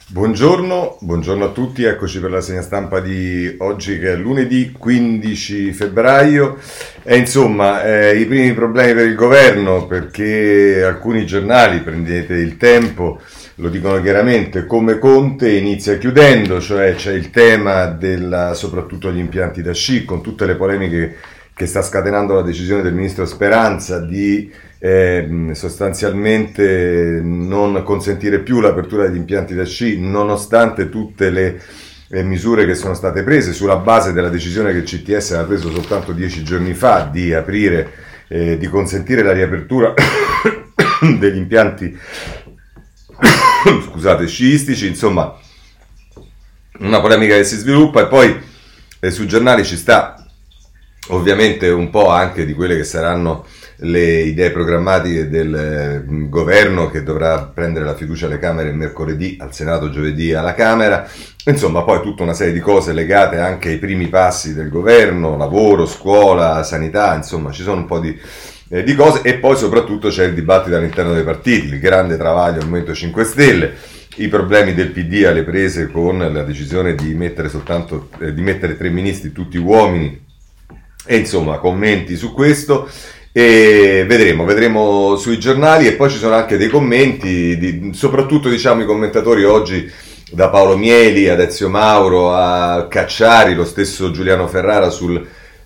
Buongiorno a tutti, eccoci per la segna stampa di oggi che è lunedì 15 febbraio e i primi problemi per il governo perché alcuni giornali, prendete il Tempo, lo dicono chiaramente, come Conte inizia chiudendo, cioè c'è il tema soprattutto gli impianti da sci con tutte le polemiche che sta scatenando la decisione del ministro Speranza di sostanzialmente non consentire più l'apertura degli impianti da sci nonostante tutte le misure che sono state prese sulla base della decisione che il CTS aveva preso soltanto 10 giorni fa di aprire, di consentire la riapertura degli impianti scusate, sciistici, insomma una polemica che si sviluppa e poi sui giornali ci sta ovviamente un po' anche di quelle che saranno le idee programmatiche del governo che dovrà prendere la fiducia alle Camere mercoledì, al Senato giovedì alla Camera, insomma poi tutta una serie di cose legate anche ai primi passi del governo, lavoro, scuola, sanità, insomma ci sono un po' di cose e poi soprattutto c'è il dibattito all'interno dei partiti, il grande travaglio al Movimento 5 Stelle, i problemi del PD alle prese con la decisione di mettere di mettere 3 ministri tutti uomini e insomma commenti su questo e vedremo sui giornali e poi ci sono anche dei commenti soprattutto diciamo i commentatori oggi da Paolo Mieli ad Ezio Mauro a Cacciari, lo stesso Giuliano Ferrara sul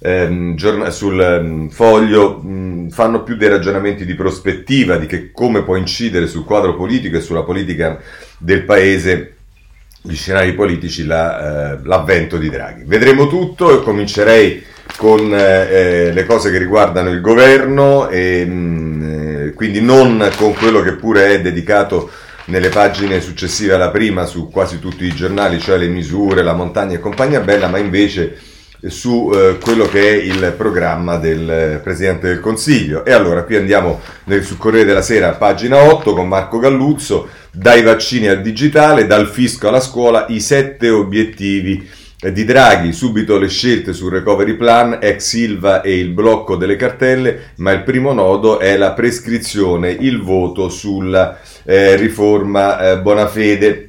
Foglio fanno più dei ragionamenti di prospettiva di che come può incidere sul quadro politico e sulla politica del paese gli scenari politici l'avvento di Draghi. Vedremo tutto e comincerei con le cose che riguardano il governo e quindi non con quello che pure è dedicato nelle pagine successive alla prima su quasi tutti i giornali, cioè le misure, la montagna e compagnia bella, ma invece su quello che è il programma del Presidente del Consiglio. E allora qui andiamo sul Corriere della Sera, pagina 8, con Marco Galluzzo, dai vaccini al digitale, dal fisco alla scuola, i 7 obiettivi di Draghi, subito le scelte sul recovery plan, ex Ilva e il blocco delle cartelle, ma il primo nodo è la prescrizione, il voto sulla riforma Bonafede.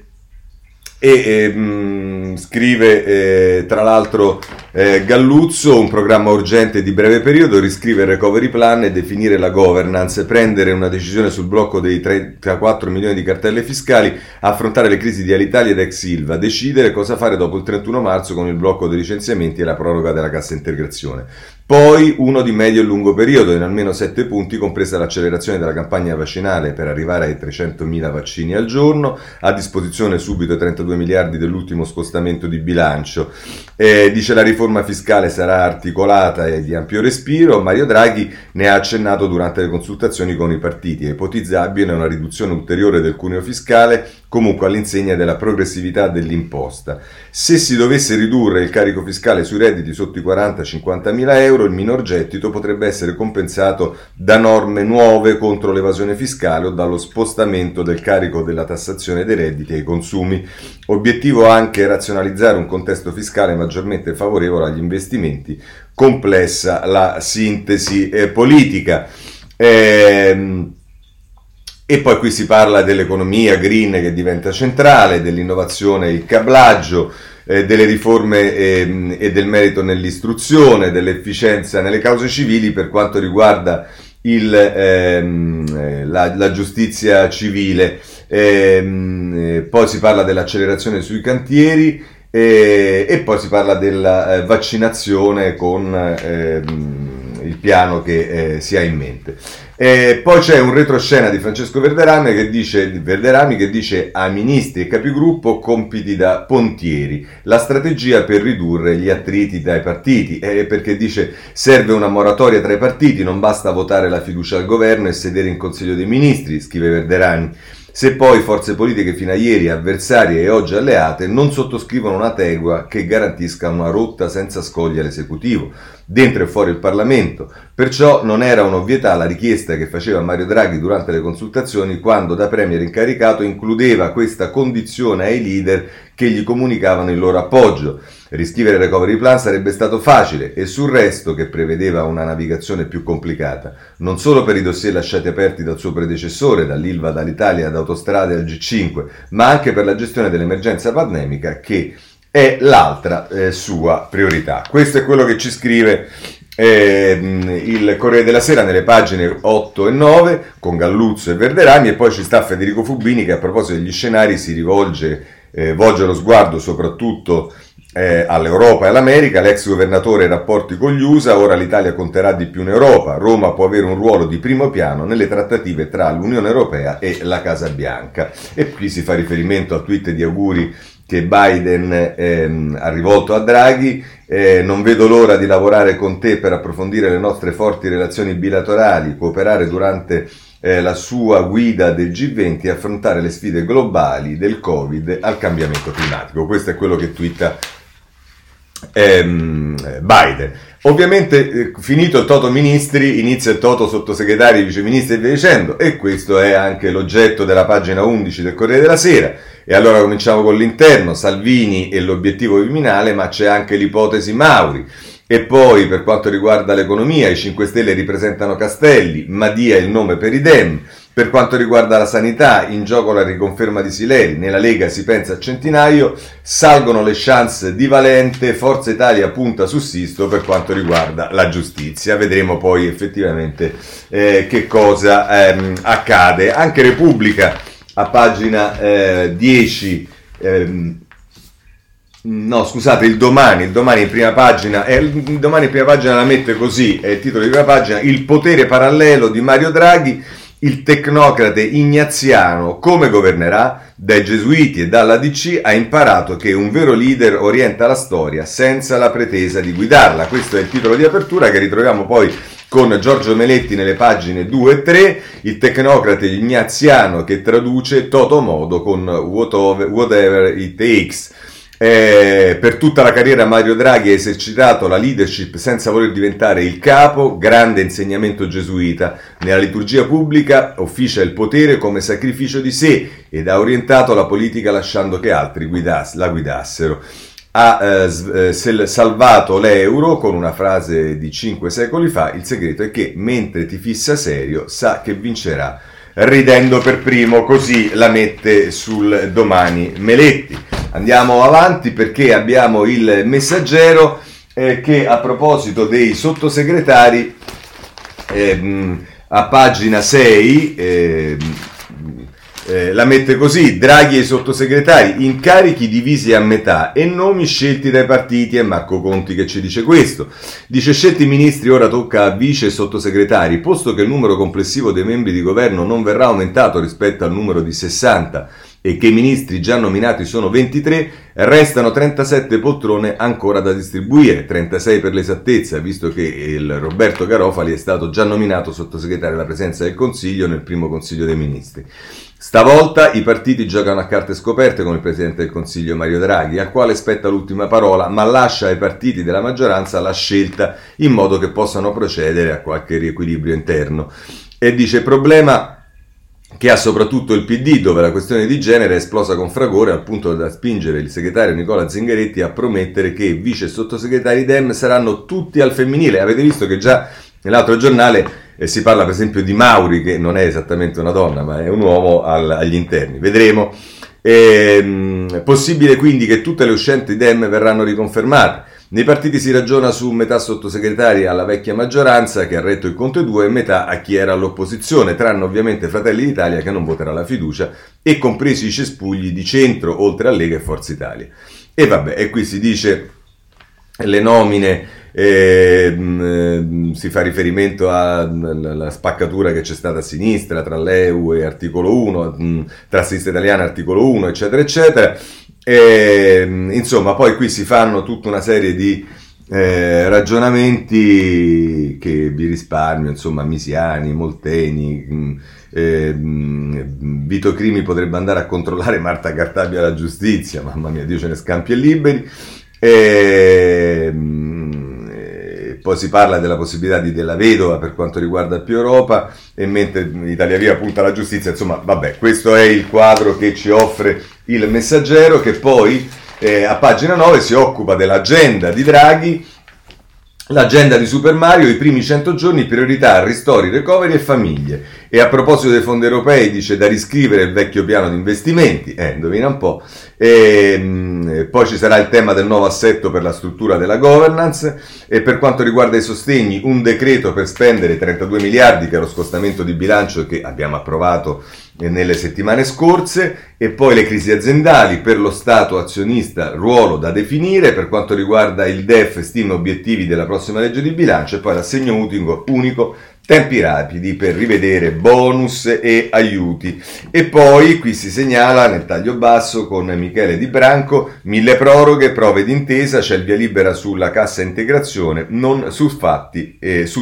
E scrive tra l'altro Galluzzo, un programma urgente di breve periodo, riscrive il recovery plan e definire la governance, prendere una decisione sul blocco dei 34 milioni di cartelle fiscali, affrontare le crisi di Alitalia ed ex Ilva, decidere cosa fare dopo il 31 marzo con il blocco dei licenziamenti e la proroga della cassa integrazione. Poi uno di medio e lungo periodo in almeno 7 punti, compresa l'accelerazione della campagna vaccinale per arrivare ai 300.000 vaccini al giorno, a disposizione subito 32 miliardi dell'ultimo scostamento di bilancio. Dice la riforma fiscale sarà articolata e di ampio respiro, Mario Draghi ne ha accennato durante le consultazioni con i partiti, è ipotizzabile una riduzione ulteriore del cuneo fiscale, comunque all'insegna della progressività dell'imposta. Se si dovesse ridurre il carico fiscale sui redditi sotto i 40-50 mila euro, il minor gettito potrebbe essere compensato da norme nuove contro l'evasione fiscale o dallo spostamento del carico della tassazione dei redditi ai consumi. Obiettivo anche razionalizzare un contesto fiscale maggiormente favorevole agli investimenti, complessa la sintesi politica. E poi qui si parla dell'economia green che diventa centrale, dell'innovazione e il cablaggio, delle riforme e del merito nell'istruzione, dell'efficienza nelle cause civili per quanto riguarda la giustizia civile. Poi si parla dell'accelerazione sui cantieri e poi si parla della vaccinazione con il piano che si ha in mente. Poi c'è un retroscena di Francesco Verderami che dice ai ministri e capigruppo compiti da pontieri, la strategia per ridurre gli attriti tra i partiti, perché dice serve una moratoria tra i partiti, non basta votare la fiducia al governo e sedere in Consiglio dei Ministri, scrive Verderami. Se poi forze politiche fino a ieri avversarie e oggi alleate non sottoscrivono una tregua che garantisca una rotta senza scoglie all'esecutivo, dentro e fuori il Parlamento, perciò non era un'ovvietà la richiesta che faceva Mario Draghi durante le consultazioni quando da premier incaricato includeva questa condizione ai leader che gli comunicavano il loro appoggio. Riscrivere il recovery plan sarebbe stato facile e sul resto, che prevedeva una navigazione più complicata, non solo per i dossier lasciati aperti dal suo predecessore, dall'Ilva, dall'Italia, ad Autostrade al G5, ma anche per la gestione dell'emergenza pandemica, che è l'altra sua priorità. Questo è quello che ci scrive il Corriere della Sera nelle pagine 8 e 9 con Galluzzo e Verderami, e poi ci sta Federico Fubini che a proposito degli scenari si volge lo sguardo soprattutto all'Europa e all'America. L'ex governatore rapporti con gli USA, ora l'Italia conterà di più in Europa, Roma può avere un ruolo di primo piano nelle trattative tra l'Unione Europea e la Casa Bianca. E qui si fa riferimento al tweet di auguri che Biden ha rivolto a Draghi. Non vedo l'ora di lavorare con te per approfondire le nostre forti relazioni bilaterali, cooperare durante la sua guida del G20 e affrontare le sfide globali del Covid al cambiamento climatico. Questo è quello che twitta Biden. Ovviamente finito il toto ministri inizia il toto sottosegretari, viceministri e via dicendo, e questo è anche l'oggetto della pagina 11 del Corriere della Sera. E allora cominciamo con l'interno, Salvini e l'obiettivo Viminale, ma c'è anche l'ipotesi Mauri. E poi per quanto riguarda l'economia, i 5 Stelle ripresentano Castelli, Madia è il nome per i Dem. Per quanto riguarda la sanità, in gioco la riconferma di Sileri, nella Lega si pensa a Centinaio, salgono le chance di Valente, Forza Italia punta su Sisto per quanto riguarda la giustizia. Vedremo poi effettivamente che cosa accade. Anche Repubblica a pagina 10... No, scusate, il domani in prima pagina, il domani in prima pagina la mette così, è il titolo di prima pagina: il potere parallelo di Mario Draghi, il tecnocrate ignaziano come governerà? Dai gesuiti e dalla DC ha imparato che un vero leader orienta la storia senza la pretesa di guidarla. Questo è il titolo di apertura che ritroviamo poi con Giorgio Meletti nelle pagine 2 e 3, il tecnocrate ignaziano che traduce Toto Modo con whatever it takes. Per tutta la carriera Mario Draghi ha esercitato la leadership senza voler diventare il capo, grande insegnamento gesuita. Nella liturgia pubblica officia il potere come sacrificio di sé ed ha orientato la politica lasciando che altri la guidassero. Ha salvato l'euro con una frase di 5 secoli fa: il segreto è che mentre ti fissa serio sa che vincerà ridendo per primo. Così la mette sul Domani Meletti. Andiamo avanti perché abbiamo il Messaggero che a proposito dei sottosegretari a pagina 6 la mette così: Draghi e i sottosegretari, incarichi divisi a metà e nomi scelti dai partiti. È Marco Conti che ci dice questo. Dice: scelti i ministri, ora tocca a vice e sottosegretari, posto che il numero complessivo dei membri di governo non verrà aumentato rispetto al numero di 60 e che i ministri già nominati sono 23, restano 37 poltrone ancora da distribuire, 36 per l'esattezza, visto che il Roberto Garofali è stato già nominato sottosegretario alla Presidenza del Consiglio nel primo Consiglio dei Ministri. Stavolta i partiti giocano a carte scoperte con il Presidente del Consiglio Mario Draghi, al quale spetta l'ultima parola, ma lascia ai partiti della maggioranza la scelta in modo che possano procedere a qualche riequilibrio interno. E dice: problema che ha soprattutto il PD, dove la questione di genere è esplosa con fragore al punto da spingere il segretario Nicola Zingaretti a promettere che vice e sottosegretari Dem saranno tutti al femminile. Avete visto che già nell'altro giornale si parla per esempio di Mauri, che non è esattamente una donna ma è un uomo agli interni. Vedremo. Possibile quindi che tutte le uscenti Dem verranno riconfermate. Nei partiti si ragiona su metà sottosegretari alla vecchia maggioranza che ha retto il Conte 2 e metà a chi era all'opposizione, tranne ovviamente Fratelli d'Italia che non voterà la fiducia, e compresi i cespugli di centro oltre a Lega e Forza Italia. E vabbè, e qui si dice le nomine, si fa riferimento alla spaccatura che c'è stata a sinistra tra l'EU e articolo 1, tra Sinistra Italiana e articolo 1, eccetera eccetera. Insomma, poi qui si fanno tutta una serie di ragionamenti che vi risparmio, insomma, Misiani, Molteni, Vito Crimi potrebbe andare a controllare Marta Cartabia alla giustizia, mamma mia, Dio ce ne scampi e liberi. Poi si parla della possibilità della vedova per quanto riguarda più Europa, e mentre Italia Viva punta alla giustizia. Insomma, vabbè, questo è il quadro che ci offre il Messaggero, che poi a pagina 9 si occupa dell'agenda di Draghi. L'agenda di Super Mario, i primi 100 giorni, priorità, ristori, recovery e famiglie. E a proposito dei fondi europei dice da riscrivere il vecchio piano di investimenti, indovina un po'. Poi ci sarà il tema del nuovo assetto per la struttura della governance, e per quanto riguarda i sostegni un decreto per spendere 32 miliardi che è lo scostamento di bilancio che abbiamo approvato nelle settimane scorse, e poi le crisi aziendali, per lo Stato azionista ruolo da definire, per quanto riguarda il DEF stime obiettivi della prossima legge di bilancio, e poi l'assegno unico, tempi rapidi per rivedere bonus e aiuti. E poi qui si segnala nel taglio basso con Michele Di Branco, 1000 proroghe, prove d'intesa, c'è il via libera sulla cassa integrazione, non su sfratti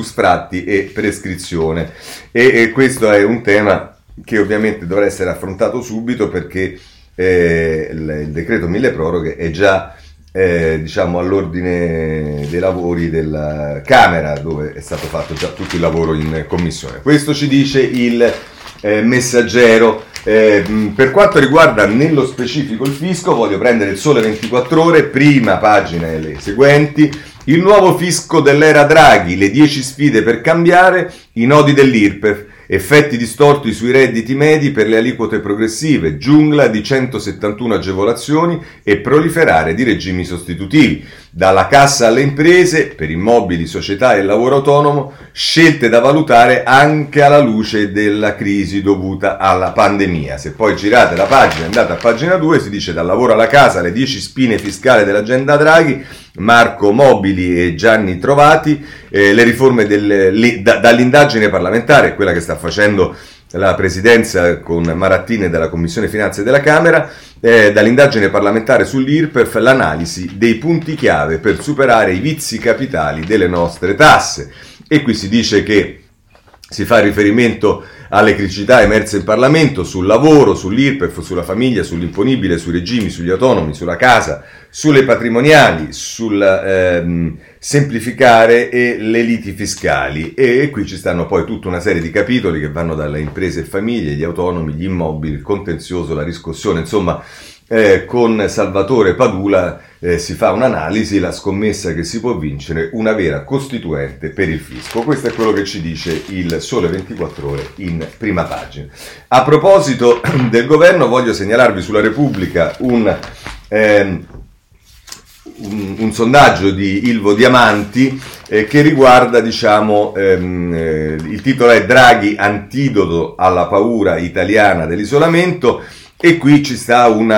e prescrizione. E questo è un tema che ovviamente dovrà essere affrontato subito, perché il decreto 1000 proroghe è già all'ordine dei lavori della Camera, dove è stato fatto già tutto il lavoro in commissione. Questo ci dice il Messaggero. Per quanto riguarda nello specifico il fisco, voglio prendere il Sole 24 Ore, prima pagina e le seguenti. Il nuovo fisco dell'era Draghi, le 10 sfide per cambiare, i nodi dell'IRPEF. Effetti distorti sui redditi medi per le aliquote progressive, giungla di 171 agevolazioni e proliferare di regimi sostitutivi. Dalla cassa alle imprese, per immobili, società e lavoro autonomo, scelte da valutare anche alla luce della crisi dovuta alla pandemia. Se poi girate la pagina, andate a pagina 2, si dice dal lavoro alla casa, le 10 spine fiscali dell'agenda Draghi, Marco Mobili e Gianni Trovati, le riforme dall'indagine parlamentare, quella che sta facendo la presidenza con Marattini della Commissione Finanze della Camera, dall'indagine parlamentare sull'IRPEF, l'analisi dei punti chiave per superare i vizi capitali delle nostre tasse. E qui si dice che si fa riferimento alle criticità emerse in Parlamento sul lavoro, sull'IRPEF, sulla famiglia, sull'imponibile, sui regimi, sugli autonomi, sulla casa, sulle patrimoniali, sul semplificare e le liti fiscali. E qui ci stanno poi tutta una serie di capitoli che vanno dalle imprese e famiglie, gli autonomi, gli immobili, il contenzioso, la riscossione, insomma. Con Salvatore Padula si fa un'analisi, la scommessa che si può vincere, una vera costituente per il fisco. Questo è quello che ci dice il Sole 24 Ore in prima pagina. A proposito del governo, voglio segnalarvi sulla Repubblica un sondaggio di Ilvo Diamanti che riguarda, il titolo è Draghi, antidoto alla paura italiana dell'isolamento. E qui ci sta un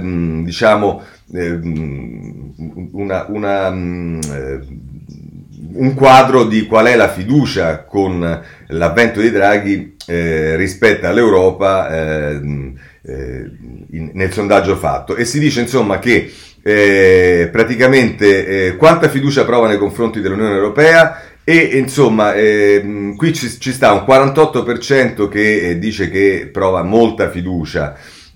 quadro di qual è la fiducia con l'avvento di Draghi rispetto all'Europa nel sondaggio fatto, e si dice insomma che praticamente quanta fiducia prova nei confronti dell'Unione Europea. E insomma qui ci sta un 48% che dice che prova molta fiducia.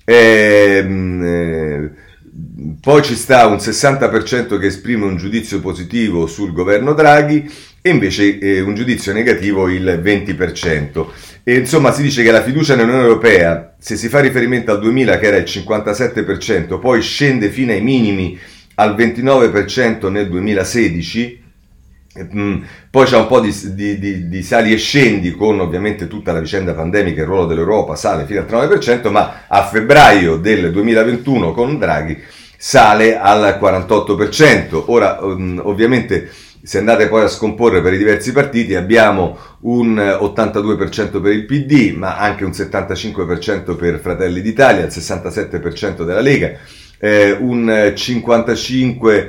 Poi ci sta un 60% che esprime un giudizio positivo sul governo Draghi, e invece un giudizio negativo il 20%. E insomma si dice che la fiducia nell'Unione Europea, se si fa riferimento al 2000 che era il 57%, poi scende fino ai minimi al 29% nel 2016. Poi c'è un po' di sali e scendi con ovviamente tutta la vicenda pandemica, il ruolo dell'Europa sale fino al 39%, ma a febbraio del 2021 con Draghi sale al 48%. Ora ovviamente se andate poi a scomporre per i diversi partiti abbiamo un 82% per il PD, ma anche un 75% per Fratelli d'Italia, il 67% della Lega, un 55%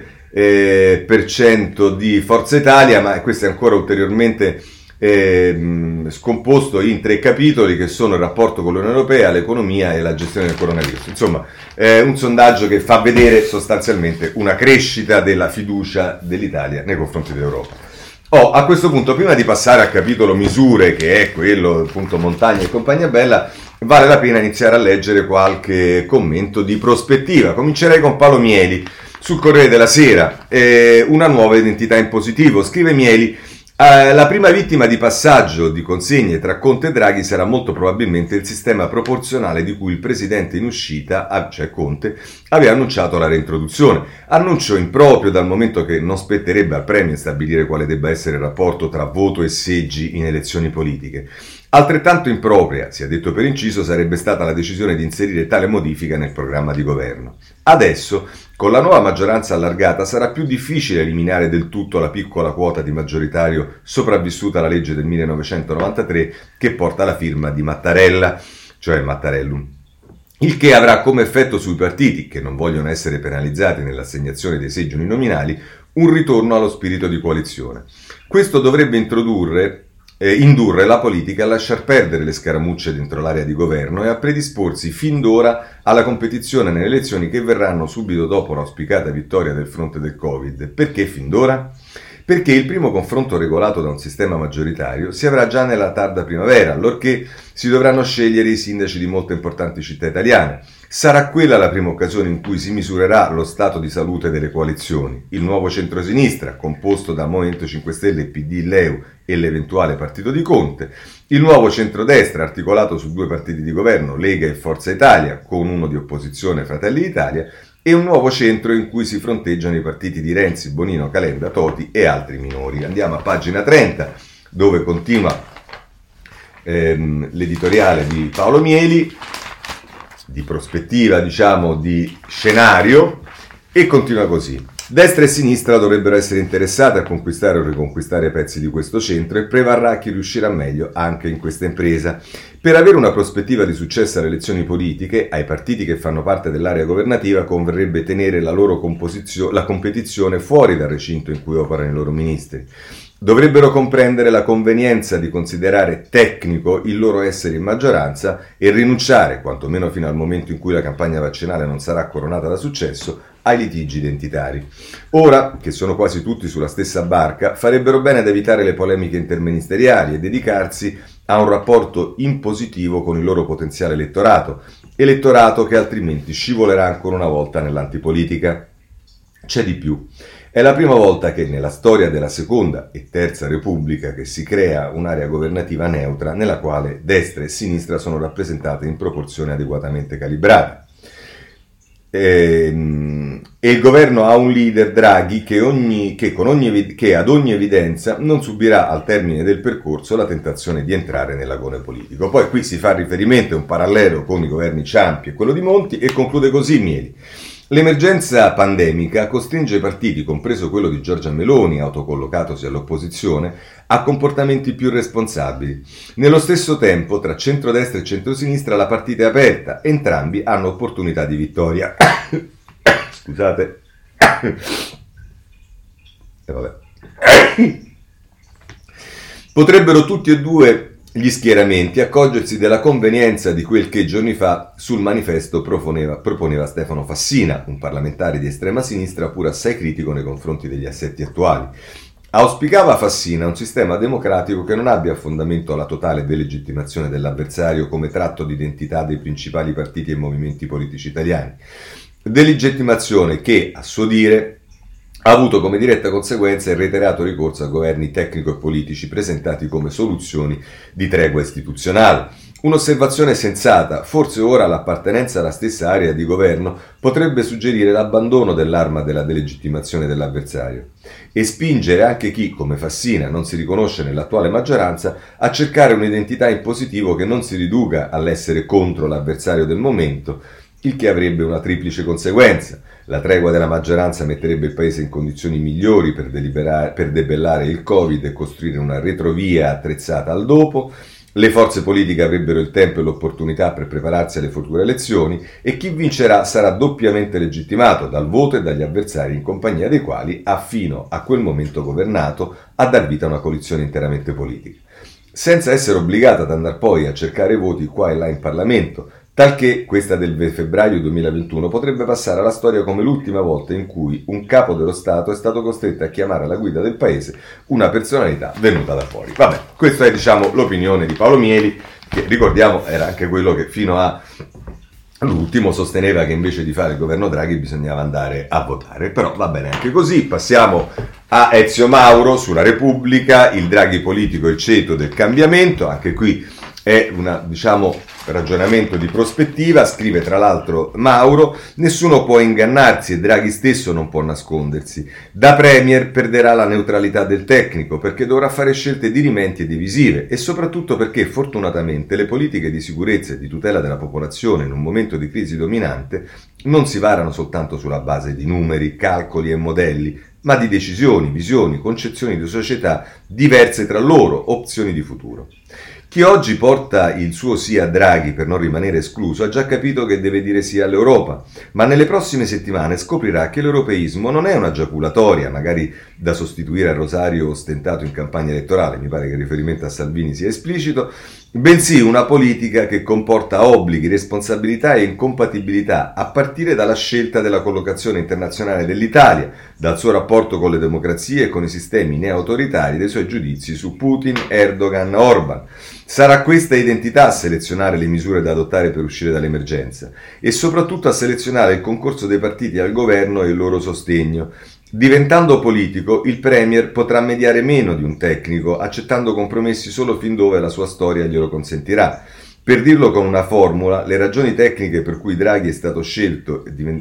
di Forza Italia, ma questo è ancora ulteriormente scomposto in 3 capitoli che sono il rapporto con l'Unione Europea, l'economia e la gestione del coronavirus. Insomma, un sondaggio che fa vedere sostanzialmente una crescita della fiducia dell'Italia nei confronti dell'Europa. A questo punto, prima di passare al capitolo misure, che è quello appunto montagna e compagnia bella, vale la pena iniziare a leggere qualche commento di prospettiva. Comincerei con Paolo Mieli sul Corriere della Sera, una nuova identità in positivo. Scrive Mieli: La prima vittima di passaggio di consegne tra Conte e Draghi sarà molto probabilmente il sistema proporzionale di cui il presidente in uscita, cioè Conte, aveva annunciato la reintroduzione. Annuncio improprio dal momento che non spetterebbe al Premier stabilire quale debba essere il rapporto tra voto e seggi in elezioni politiche. Altrettanto impropria, sia detto per inciso, sarebbe stata la decisione di inserire tale modifica nel programma di governo. Adesso, con la nuova maggioranza allargata, sarà più difficile eliminare del tutto la piccola quota di maggioritario sopravvissuta alla legge del 1993 che porta la firma di Mattarella, cioè Mattarellum. Il che avrà come effetto sui partiti, che non vogliono essere penalizzati nell'assegnazione dei seggi uninominali, un ritorno allo spirito di coalizione. Questo dovrebbe indurre la politica a lasciar perdere le scaramucce dentro l'area di governo e a predisporsi fin d'ora alla competizione nelle elezioni che verranno subito dopo l'auspicata vittoria del fronte del Covid. Perché fin d'ora? Perché il primo confronto regolato da un sistema maggioritario si avrà già nella tarda primavera, allorché si dovranno scegliere i sindaci di molte importanti città italiane. Sarà quella la prima occasione in cui si misurerà lo stato di salute delle coalizioni. Il nuovo centrosinistra, composto da Movimento 5 Stelle, PD, LeU e l'eventuale partito di Conte, il nuovo centrodestra articolato su due partiti di governo, Lega e Forza Italia, con uno di opposizione, Fratelli d'Italia, e un nuovo centro in cui si fronteggiano i partiti di Renzi, Bonino, Calenda, Toti e altri minori. Andiamo a pagina 30, dove continua l'editoriale di Paolo Mieli, di prospettiva, diciamo, di scenario, e continua così. Destra e sinistra dovrebbero essere interessate a conquistare o riconquistare pezzi di questo centro e prevarrà chi riuscirà meglio anche in questa impresa. Per avere una prospettiva di successo alle elezioni politiche, ai partiti che fanno parte dell'area governativa converrebbe tenere la loro la competizione fuori dal recinto in cui operano i loro ministri. Dovrebbero comprendere la convenienza di considerare tecnico il loro essere in maggioranza e rinunciare, quantomeno fino al momento in cui la campagna vaccinale non sarà coronata da successo, ai litigi identitari. Ora, che sono quasi tutti sulla stessa barca, farebbero bene ad evitare le polemiche interministeriali e dedicarsi a un rapporto impositivo con il loro potenziale elettorato che altrimenti scivolerà ancora una volta nell'antipolitica. C'è di più. È la prima volta che nella storia della Seconda e Terza Repubblica che si crea un'area governativa neutra nella quale destra e sinistra sono rappresentate in proporzione adeguatamente calibrate. E il governo ha un leader, Draghi, che ad ogni evidenza non subirà al termine del percorso la tentazione di entrare nell'agone politico. Poi qui si fa riferimento a un parallelo con i governi Ciampi e quello di Monti e conclude così Mieli. L'emergenza pandemica costringe i partiti, compreso quello di Giorgia Meloni, autocollocatosi all'opposizione, a comportamenti più responsabili. Nello stesso tempo, tra centrodestra e centrosinistra la partita è aperta, entrambi hanno opportunità di vittoria. Scusate. Vabbè. Potrebbero tutti e due gli accorgersi della convenienza di quel che giorni fa sul manifesto proponeva Stefano Fassina, un parlamentare di estrema sinistra pur assai critico nei confronti degli assetti attuali. Auspicava Fassina un sistema democratico che non abbia a fondamento la totale delegittimazione dell'avversario come tratto di identità dei principali partiti e movimenti politici italiani. Delegittimazione che, a suo dire, ha avuto come diretta conseguenza il reiterato ricorso a governi tecnico e politici presentati come soluzioni di tregua istituzionale. Un'osservazione sensata, forse ora l'appartenenza alla stessa area di governo potrebbe suggerire l'abbandono dell'arma della delegittimazione dell'avversario e spingere anche chi, come Fassina, non si riconosce nell'attuale maggioranza a cercare un'identità in positivo che non si riduca all'essere contro l'avversario del momento, il che avrebbe una triplice conseguenza. La tregua della maggioranza metterebbe il Paese in condizioni migliori per debellare il Covid e costruire una retrovia attrezzata al dopo. Le forze politiche avrebbero il tempo e l'opportunità per prepararsi alle future elezioni e chi vincerà sarà doppiamente legittimato dal voto e dagli avversari in compagnia dei quali ha fino a quel momento governato a dar vita a una coalizione interamente politica, senza essere obbligata ad andare poi a cercare voti qua e là in Parlamento, talché questa del febbraio 2021 potrebbe passare alla storia come l'ultima volta in cui un capo dello Stato è stato costretto a chiamare alla guida del paese una personalità venuta da fuori. Vabbè, questa è l'opinione di Paolo Mieli, che ricordiamo era anche quello che fino all'ultimo sosteneva che invece di fare il governo Draghi bisognava andare a votare. Però va bene anche così, passiamo A Ezio Mauro sulla Repubblica, il Draghi politico e il ceto del cambiamento, anche qui è un ragionamento di prospettiva. Scrive tra l'altro Mauro: nessuno può ingannarsi e Draghi stesso non può nascondersi. Da Premier perderà la neutralità del tecnico perché dovrà fare scelte dirimenti e divisive, e soprattutto perché fortunatamente le politiche di sicurezza e di tutela della popolazione in un momento di crisi dominante non si varano soltanto sulla base di numeri, calcoli e modelli, ma di decisioni, visioni, concezioni di società diverse tra loro, opzioni di futuro. Chi oggi porta il suo sì a Draghi per non rimanere escluso ha già capito che deve dire sì all'Europa, ma nelle prossime settimane scoprirà che l'europeismo non è una giaculatoria, magari da sostituire al rosario ostentato in campagna elettorale, mi pare che il riferimento a Salvini sia esplicito, bensì una politica che comporta obblighi, responsabilità e incompatibilità, a partire dalla scelta della collocazione internazionale dell'Italia, dal suo rapporto con le democrazie e con i sistemi neo-autoritari, dei suoi giudizi su Putin, Erdogan, Orban. Sarà questa identità a selezionare le misure da adottare per uscire dall'emergenza e soprattutto a selezionare il concorso dei partiti al governo e il loro sostegno. Diventando politico, il Premier potrà mediare meno di un tecnico, accettando compromessi solo fin dove la sua storia glielo consentirà. Per dirlo con una formula, le ragioni tecniche per cui Draghi è stato scelto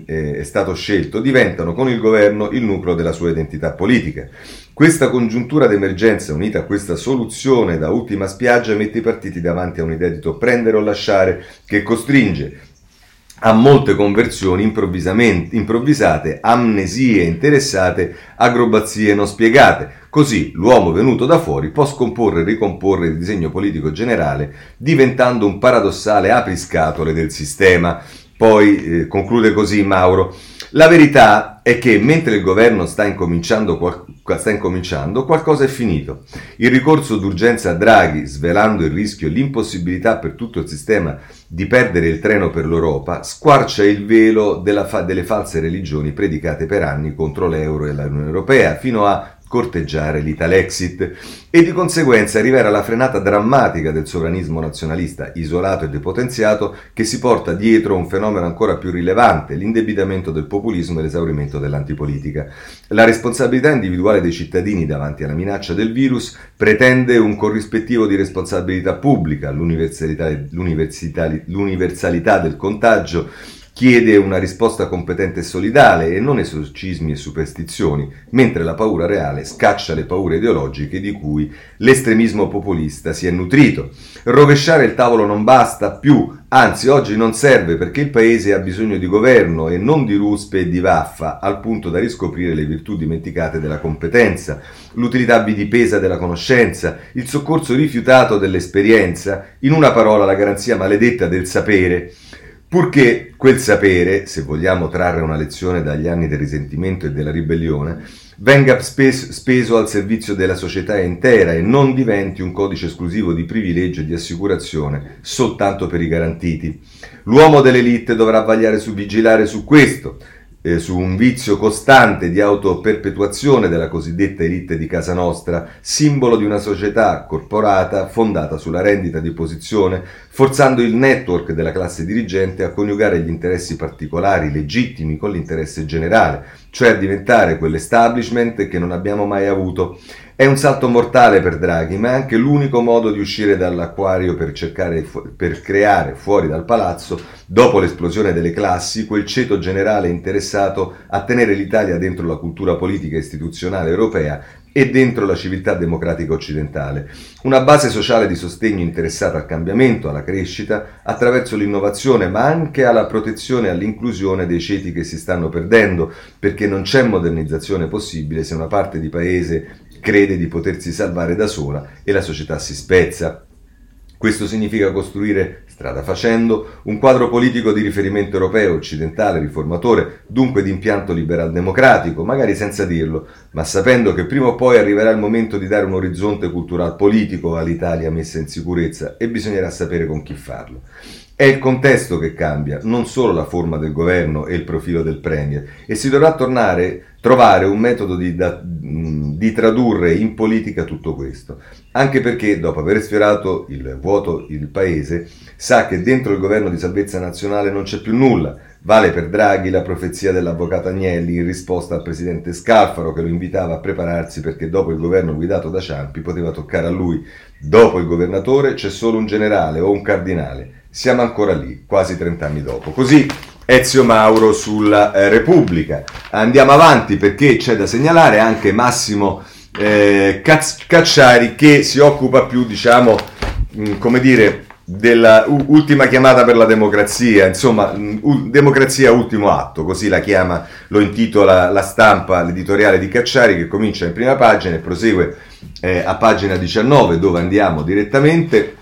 diventano con il governo il nucleo della sua identità politica. Questa congiuntura d'emergenza, unita a questa soluzione da ultima spiaggia, mette i partiti davanti a un inedito prendere o lasciare che costringe a molte conversioni improvvisate, amnesie interessate, acrobazie non spiegate. Così l'uomo venuto da fuori può scomporre e ricomporre il disegno politico generale, diventando un paradossale apriscatole del sistema. Poi conclude così Mauro: la verità è che mentre il governo sta incominciando, qualcosa è finito. Il ricorso d'urgenza a Draghi, svelando il rischio e l'impossibilità per tutto il sistema di perdere il treno per l'Europa, squarcia il velo delle false religioni predicate per anni contro l'euro e l'Unione Europea, fino a corteggiare l'Italexit, e di conseguenza rivela la frenata drammatica del sovranismo nazionalista isolato e depotenziato, che si porta dietro un fenomeno ancora più rilevante: l'indebitamento del populismo e l'esaurimento dell'antipolitica. La responsabilità individuale dei cittadini davanti alla minaccia del virus pretende un corrispettivo di responsabilità pubblica. L'universalità del contagio chiede una risposta competente e solidale e non esorcismi e superstizioni, mentre la paura reale scaccia le paure ideologiche di cui l'estremismo populista si è nutrito. Rovesciare il tavolo non basta più, anzi oggi non serve, perché il paese ha bisogno di governo e non di ruspe e di vaffa, al punto da riscoprire le virtù dimenticate della competenza, l'utilità vilipesa della conoscenza, il soccorso rifiutato dell'esperienza, in una parola la garanzia maledetta del sapere. Purché quel sapere, se vogliamo trarre una lezione dagli anni del risentimento e della ribellione, venga speso al servizio della società intera e non diventi un codice esclusivo di privilegio e di assicurazione soltanto per i garantiti. L'uomo dell'elite dovrà vigilare su questo, su un vizio costante di autoperpetuazione della cosiddetta elite di casa nostra, simbolo di una società corporata fondata sulla rendita di posizione, forzando il network della classe dirigente a coniugare gli interessi particolari legittimi con l'interesse generale, cioè a diventare quell'establishment che non abbiamo mai avuto. È un salto mortale per Draghi, ma è anche l'unico modo di uscire dall'acquario per creare fuori dal palazzo, dopo l'esplosione delle classi, quel ceto generale interessato a tenere l'Italia dentro la cultura politica e istituzionale europea e dentro la civiltà democratica occidentale. Una base sociale di sostegno interessata al cambiamento, alla crescita, attraverso l'innovazione, ma anche alla protezione e all'inclusione dei ceti che si stanno perdendo, perché non c'è modernizzazione possibile se una parte di paese crede di potersi salvare da sola e la società si spezza. Questo significa costruire, strada facendo, un quadro politico di riferimento europeo, occidentale, riformatore, dunque di impianto liberal-democratico, magari senza dirlo, ma sapendo che prima o poi arriverà il momento di dare un orizzonte cultural-politico all'Italia messa in sicurezza, e bisognerà sapere con chi farlo. È il contesto che cambia, non solo la forma del governo e il profilo del Premier, e si dovrà trovare un metodo di tradurre in politica tutto questo, anche perché dopo aver sfiorato il vuoto il paese sa che dentro il governo di salvezza nazionale non c'è più nulla. Vale per Draghi la profezia dell'avvocato Agnelli in risposta al presidente Scalfaro che lo invitava a prepararsi perché dopo il governo guidato da Ciampi poteva toccare a lui. Dopo il governatore c'è solo un generale o un cardinale. Siamo ancora lì, quasi 30 anni dopo. Così Ezio Mauro sulla Repubblica. Andiamo avanti perché c'è da segnalare anche Massimo Cacciari che si occupa più, diciamo, come dire, della ultima chiamata per la democrazia, insomma, democrazia ultimo atto, così la chiama, lo intitola La Stampa, l'editoriale di Cacciari, che comincia in prima pagina e prosegue a pagina 19, dove andiamo direttamente.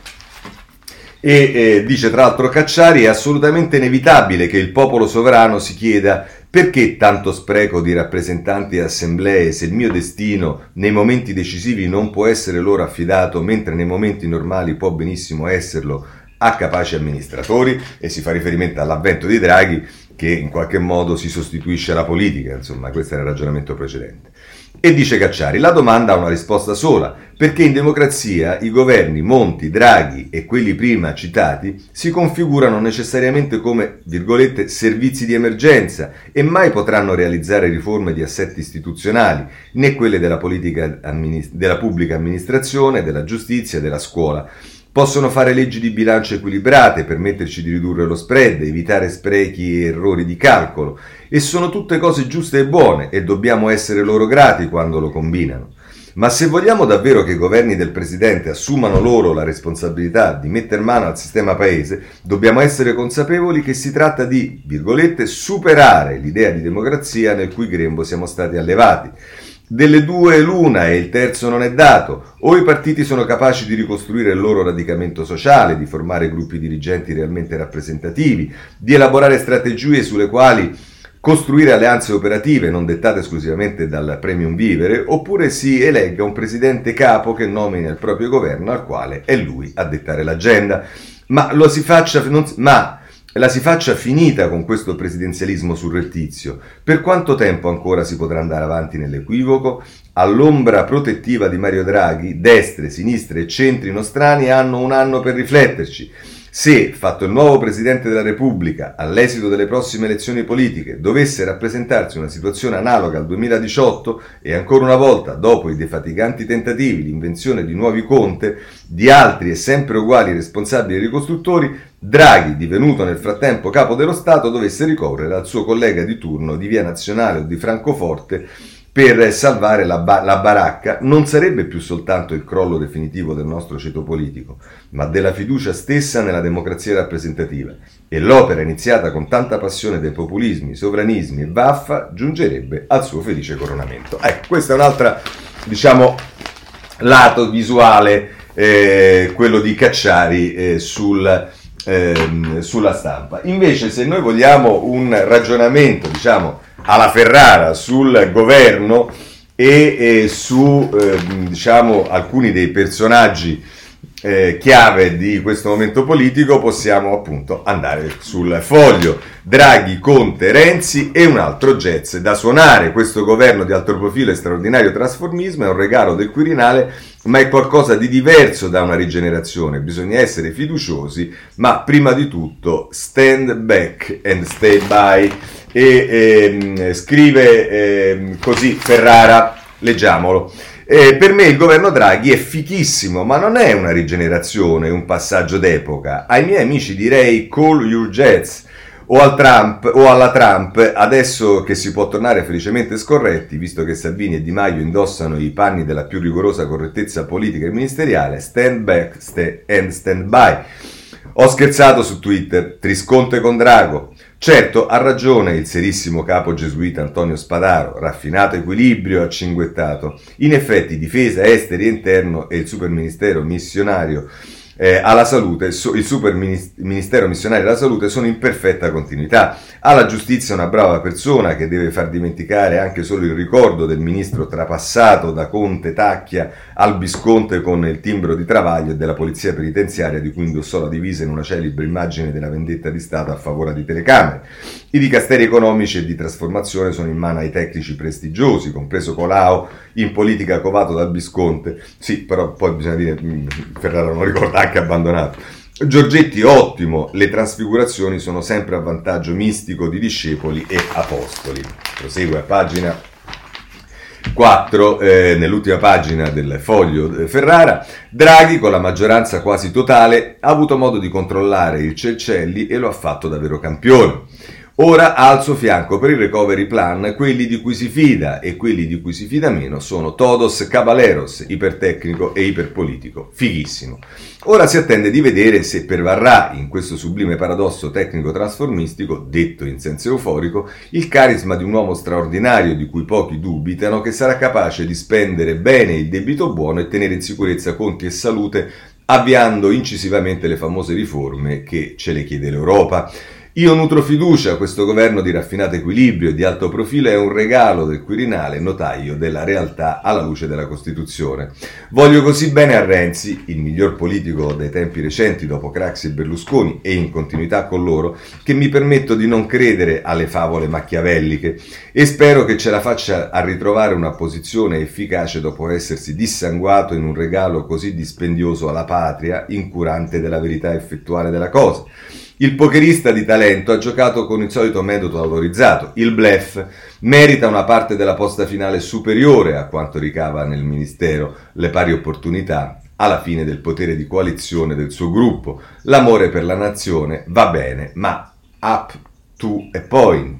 E dice tra l'altro Cacciari: è assolutamente inevitabile che il popolo sovrano si chieda perché tanto spreco di rappresentanti e assemblee se il mio destino nei momenti decisivi non può essere loro affidato mentre nei momenti normali può benissimo esserlo a capaci amministratori, e si fa riferimento all'avvento di Draghi che in qualche modo si sostituisce alla politica, insomma questo era il ragionamento precedente. E dice Cacciari: la domanda ha una risposta sola, perché in democrazia i governi Monti, Draghi e quelli prima citati si configurano necessariamente come, virgolette, servizi di emergenza e mai potranno realizzare riforme di assetti istituzionali, né quelle della della pubblica amministrazione, della giustizia e della scuola. Possono fare leggi di bilancio equilibrate, permetterci di ridurre lo spread, evitare sprechi e errori di calcolo, e sono tutte cose giuste e buone e dobbiamo essere loro grati quando lo combinano. Ma se vogliamo davvero che i governi del Presidente assumano loro la responsabilità di metter mano al sistema paese, dobbiamo essere consapevoli che si tratta di, virgolette, superare l'idea di democrazia nel cui grembo siamo stati allevati. Delle due l'una e il terzo non è dato: o i partiti sono capaci di ricostruire il loro radicamento sociale, di formare gruppi dirigenti realmente rappresentativi, di elaborare strategie sulle quali costruire alleanze operative non dettate esclusivamente dal premium vivere, oppure si elegga un presidente capo che nomini il proprio governo al quale è lui a dettare l'agenda. Ma la si faccia finita con questo presidenzialismo surrettizio. Per quanto tempo ancora si potrà andare avanti nell'equivoco? All'ombra protettiva di Mario Draghi, destre, sinistre e centri nostrani hanno un anno per rifletterci. Se, fatto il nuovo Presidente della Repubblica, all'esito delle prossime elezioni politiche, dovesse rappresentarsi una situazione analoga al 2018 e ancora una volta, dopo i defatiganti tentativi, l'invenzione di nuovi Conte, di altri e sempre uguali responsabili ricostruttori, Draghi, divenuto nel frattempo capo dello Stato, dovesse ricorrere al suo collega di turno di Via Nazionale o di Francoforte per salvare la baracca, non sarebbe più soltanto il crollo definitivo del nostro ceto politico, ma della fiducia stessa nella democrazia rappresentativa, e l'opera iniziata con tanta passione dai populismi, sovranismi e vaffa giungerebbe al suo felice coronamento. Ecco, questo è un altro, diciamo, lato visuale, quello di Cacciari sulla Stampa. Invece, se noi vogliamo un ragionamento, diciamo, alla Ferrara sul governo e su diciamo alcuni dei personaggi chiave di questo momento politico, possiamo appunto andare sul Foglio. Draghi, Conte, Renzi e un altro jazz da suonare. Questo governo di alto profilo e straordinario trasformismo è un regalo del Quirinale, ma è qualcosa di diverso da una rigenerazione. Bisogna essere fiduciosi, ma prima di tutto stand back and stay by. Scrive così Ferrara, leggiamolo. Per me il governo Draghi è fichissimo, ma non è una rigenerazione, un passaggio d'epoca. Ai miei amici direi call your jets, o alla Trump, adesso che si può tornare felicemente scorretti, visto che Salvini e Di Maio indossano i panni della più rigorosa correttezza politica e ministeriale, stand back and stand by. Ho scherzato su Twitter, Trisconte con Drago. Certo, ha ragione il serissimo capo gesuita Antonio Spadaro, raffinato equilibrio accinguettato. In effetti difesa, esteri e interno e il superministero missionario alla salute, il super ministero missionario alla salute sono in perfetta continuità. Alla giustizia una brava persona che deve far dimenticare anche solo il ricordo del ministro trapassato da Conte Tacchia al Visconte con il timbro di Travaglio e della polizia penitenziaria di cui indossò la divisa in una celebre immagine della vendetta di Stato a favore di telecamere. I dicasteri economici e di trasformazione sono in mano ai tecnici prestigiosi, compreso Colao, in politica covato dal Visconte. Sì, però poi bisogna dire, Ferrara non ricorda, anche abbandonato. Giorgetti ottimo, le trasfigurazioni sono sempre a vantaggio mistico di discepoli e apostoli. Prosegue a pagina 4, nell'ultima pagina del foglio Ferrara. Draghi, con la maggioranza quasi totale, ha avuto modo di controllare il Cencelli e lo ha fatto davvero campione. Ora ha al suo fianco per il recovery plan quelli di cui si fida, e quelli di cui si fida meno sono todos caballeros, ipertecnico e iperpolitico. Fighissimo. Ora si attende di vedere se pervarrà in questo sublime paradosso tecnico-trasformistico, detto in senso euforico, il carisma di un uomo straordinario di cui pochi dubitano, che sarà capace di spendere bene il debito buono e tenere in sicurezza conti e salute, avviando incisivamente le famose riforme che ce le chiede l'Europa. Io nutro fiducia, questo governo di raffinato equilibrio e di alto profilo è un regalo del Quirinale, notaio della realtà alla luce della Costituzione. Voglio così bene a Renzi, il miglior politico dei tempi recenti dopo Craxi e Berlusconi e in continuità con loro, che mi permetto di non credere alle favole machiavelliche e spero che ce la faccia a ritrovare una posizione efficace dopo essersi dissanguato in un regalo così dispendioso alla patria, incurante della verità effettuale della cosa. Il pokerista di talento ha giocato con il solito metodo autorizzato, il bluff, merita una parte della posta finale superiore a quanto ricava nel ministero, le pari opportunità, alla fine del potere di coalizione del suo gruppo. L'amore per la nazione va bene, ma up to a point.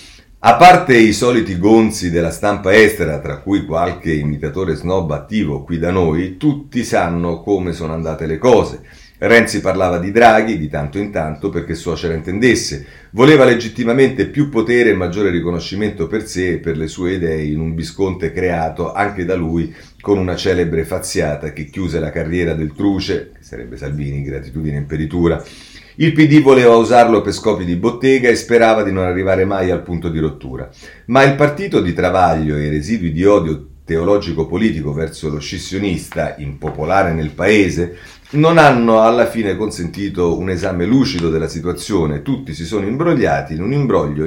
A parte i soliti gonzi della stampa estera, tra cui qualche imitatore snob attivo qui da noi, tutti sanno come sono andate le cose. Renzi parlava di Draghi di tanto in tanto perché suocera intendesse, voleva legittimamente più potere e maggiore riconoscimento per sé e per le sue idee in un Visconte creato anche da lui con una celebre faziata che chiuse la carriera del truce, che sarebbe Salvini, gratitudine in peritura. Il PD voleva usarlo per scopi di bottega e sperava di non arrivare mai al punto di rottura. Ma il partito di Travaglio e i residui di odio teologico-politico verso lo scissionista, impopolare nel paese, non hanno alla fine consentito un esame lucido della situazione. Tutti si sono imbrogliati in un imbroglio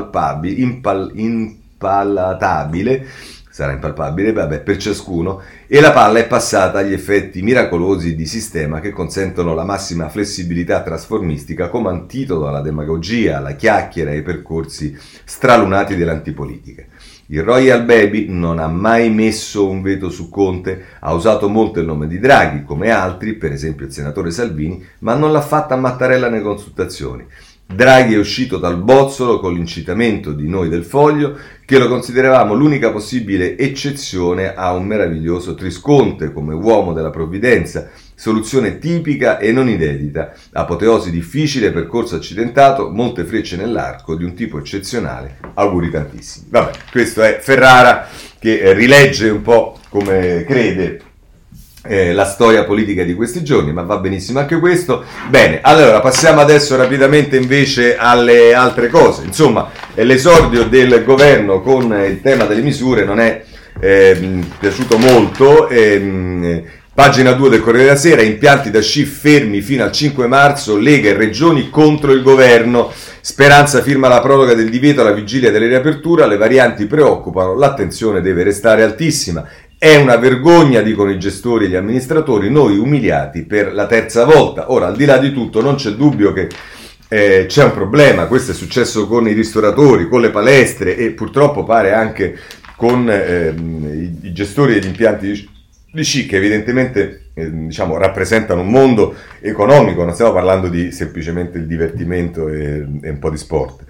impalatabile, sarà impalpabile, vabbè, per ciascuno, e la palla è passata agli effetti miracolosi di sistema che consentono la massima flessibilità trasformistica come antidoto alla demagogia, alla chiacchiera e ai percorsi stralunati dell'antipolitica. Il Royal Baby non ha mai messo un veto su Conte, ha usato molto il nome di Draghi, come altri, per esempio il senatore Salvini, ma non l'ha fatta a Mattarella nelle consultazioni. Draghi è uscito dal bozzolo con l'incitamento di noi del Foglio, che lo consideravamo l'unica possibile eccezione a un meraviglioso Trisconte come uomo della provvidenza, soluzione tipica e non inedita, apoteosi difficile, percorso accidentato, molte frecce nell'arco di un tipo eccezionale, auguri tantissimi. Vabbè, questo è Ferrara che rilegge un po' come crede la storia politica di questi giorni, ma va benissimo anche questo. Bene, allora passiamo adesso rapidamente invece alle altre cose. Insomma, l'esordio del governo con il tema delle misure non è piaciuto molto. Pagina 2 del Corriere della Sera, impianti da sci fermi fino al 5 marzo, Lega e Regioni contro il governo, Speranza firma la proroga del divieto alla vigilia delle riaperture, le varianti preoccupano, l'attenzione deve restare altissima. È una vergogna, dicono i gestori e gli amministratori, noi umiliati per la terza volta. Ora, al di là di tutto, non c'è dubbio che c'è un problema, questo è successo con i ristoratori, con le palestre e purtroppo pare anche con i gestori degli impianti di sci che evidentemente rappresentano un mondo economico, non stiamo parlando di semplicemente il divertimento e un po' di sport.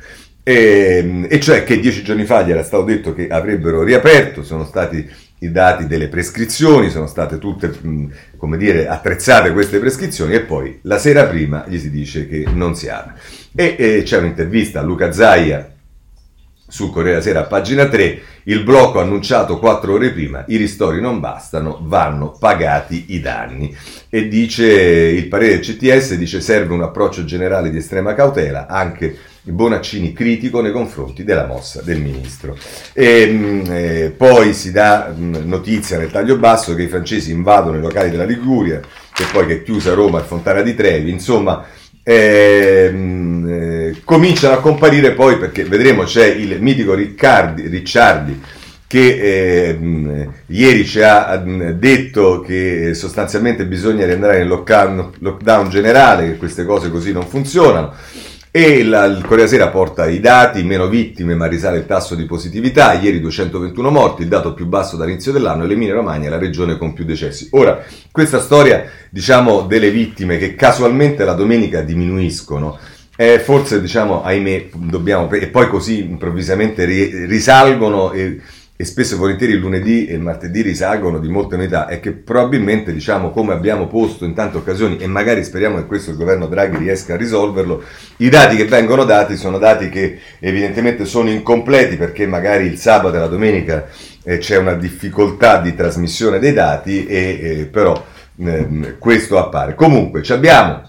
E cioè che 10 giorni fa gli era stato detto che avrebbero riaperto, sono stati i dati delle prescrizioni, sono state tutte, attrezzate queste prescrizioni e poi la sera prima gli si dice che non si apre. E c'è un'intervista a Luca Zaia sul Corriere della Sera a pagina 3, il blocco annunciato 4 ore prima, i ristori non bastano, vanno pagati i danni. E dice il parere del CTS, dice serve un approccio generale di estrema cautela, anche Bonaccini critico nei confronti della mossa del ministro. Poi si dà notizia nel taglio basso che i francesi invadono i locali della Liguria, che poi che è chiusa Roma e Fontana di Trevi, insomma cominciano a comparire poi, perché vedremo, c'è il mitico Ricciardi che ieri ci ha detto che sostanzialmente bisogna riandare nel lockdown generale, che queste cose così non funzionano. E il Corriere della Sera porta i dati, meno vittime ma risale il tasso di positività, ieri 221 morti, il dato più basso dall'inizio dell'anno, e l'Emilia Romagna è la regione con più decessi. Ora, questa storia, diciamo, delle vittime che casualmente la domenica diminuiscono, forse, diciamo, ahimè, dobbiamo, e poi così improvvisamente risalgono e spesso e volentieri il lunedì e il martedì risalgono di molte unità, è che probabilmente, diciamo, come abbiamo posto in tante occasioni, e magari speriamo che questo il governo Draghi riesca a risolverlo, i dati che vengono dati sono dati che evidentemente sono incompleti, perché magari il sabato e la domenica c'è una difficoltà di trasmissione dei dati, però questo appare. Comunque, abbiamo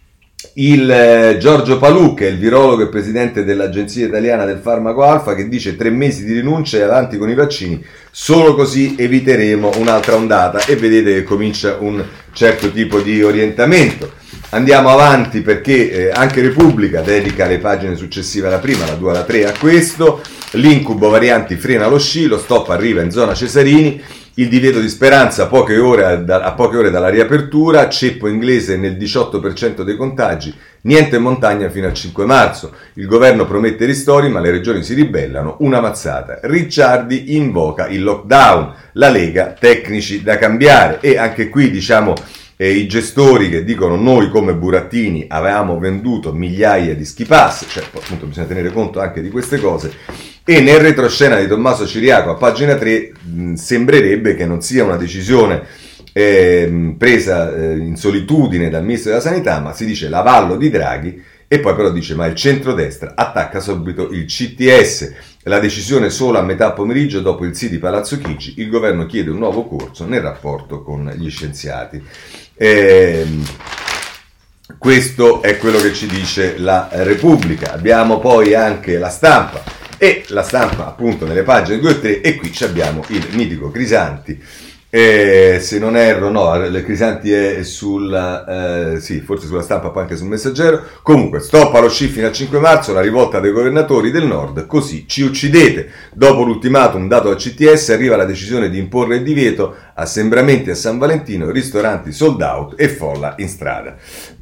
il Giorgio Palù, che è il virologo e presidente dell'Agenzia Italiana del Farmaco Alfa, che dice 3 mesi di rinuncia e avanti con i vaccini, solo così eviteremo un'altra ondata, e vedete che comincia un certo tipo di orientamento. Andiamo avanti perché anche Repubblica dedica le pagine successive alla prima, la 2 alla 3 a questo. L'incubo varianti frena lo sci, lo stop arriva in zona Cesarini. Il divieto di Speranza a poche ore dalla riapertura, ceppo inglese nel 18% dei contagi, niente in montagna fino al 5 marzo. Il governo promette ristori ma le regioni si ribellano, una mazzata. Ricciardi invoca il lockdown, la Lega tecnici da cambiare, e anche qui, diciamo, i gestori che dicono noi come burattini avevamo venduto migliaia di ski pass, cioè appunto bisogna tenere conto anche di queste cose. E nel retroscena di Tommaso Ciriaco a pagina 3 sembrerebbe che non sia una decisione presa in solitudine dal ministro della Sanità, ma si dice l'avallo di Draghi, e poi però dice ma il centrodestra attacca subito il CTS, la decisione solo a metà pomeriggio dopo il sì di Palazzo Chigi, il governo chiede un nuovo corso nel rapporto con gli scienziati. Questo è quello che ci dice la Repubblica. Abbiamo poi anche la Stampa, e la Stampa appunto nelle pagine 2 e 3, e qui abbiamo il mitico Crisanti, se non erro no, le Crisanti è sulla sì, forse sulla Stampa, poi anche sul Messaggero. Comunque, stop allo sci fino al 5 marzo, la rivolta dei governatori del nord, così ci uccidete. Dopo l'ultimatum dato al CTS arriva la decisione di imporre il divieto, assembramenti a San Valentino, ristoranti sold out e folla in strada.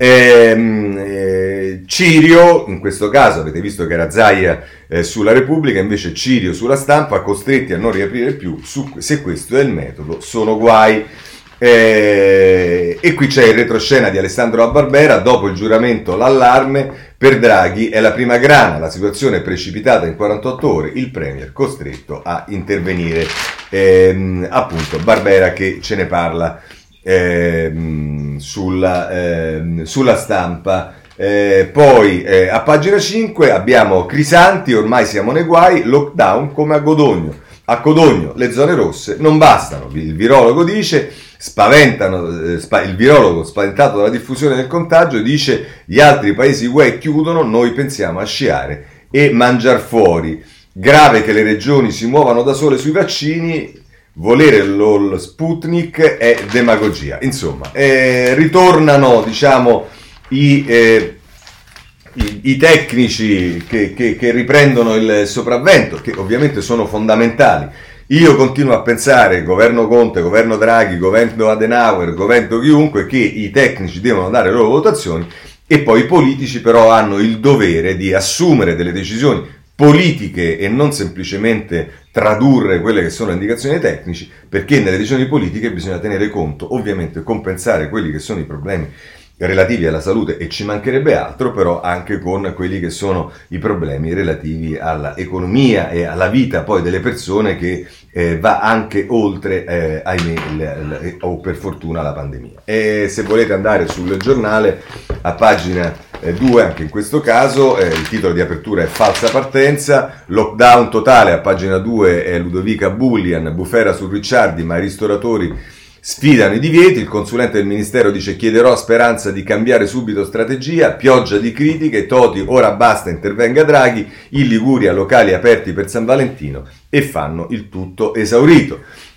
Cirio, in questo caso avete visto che era Zaia sulla Repubblica, invece Cirio sulla Stampa, costretti a non riaprire più, se questo è il metodo sono guai. E qui c'è il retroscena di Alessandro Barbera, dopo il giuramento l'allarme, per Draghi è la prima grana, la situazione è precipitata in 48 ore, il premier costretto a intervenire. Appunto Barbera che ce ne parla sulla Stampa. Poi a pagina 5 abbiamo Crisanti, ormai siamo nei guai, lockdown come a Codogno. A Codogno le zone rosse non bastano, il virologo dice, il virologo spaventato dalla diffusione del contagio dice gli altri paesi UE chiudono, noi pensiamo a sciare e mangiar fuori. Grave che le regioni si muovano da sole sui vaccini, volere lo Sputnik è demagogia. Insomma, ritornano, diciamo, i tecnici che riprendono il sopravvento, che ovviamente sono fondamentali. Io continuo a pensare, governo Conte, governo Draghi, governo Adenauer, governo chiunque, che i tecnici devono dare le loro votazioni, e poi i politici però hanno il dovere di assumere delle decisioni politiche e non semplicemente tradurre quelle che sono le indicazioni dei tecnici, perché nelle decisioni politiche bisogna tenere conto, ovviamente compensare quelli che sono i problemi relativi alla salute, e ci mancherebbe altro, però anche con quelli che sono i problemi relativi all'economia e alla vita poi delle persone, che va anche oltre, ahimè, o per fortuna, la pandemia. E se volete andare sul giornale, a pagina 2, anche in questo caso, il titolo di apertura è falsa partenza, lockdown totale, a pagina 2 è Ludovica Bullian, bufera su Ricciardi, ma i ristoratori sfidano i divieti, il consulente del ministero dice chiederò a Speranza di cambiare subito strategia, pioggia di critiche, Toti ora basta intervenga Draghi, in Liguria locali aperti per San Valentino e fanno il tutto esaurito.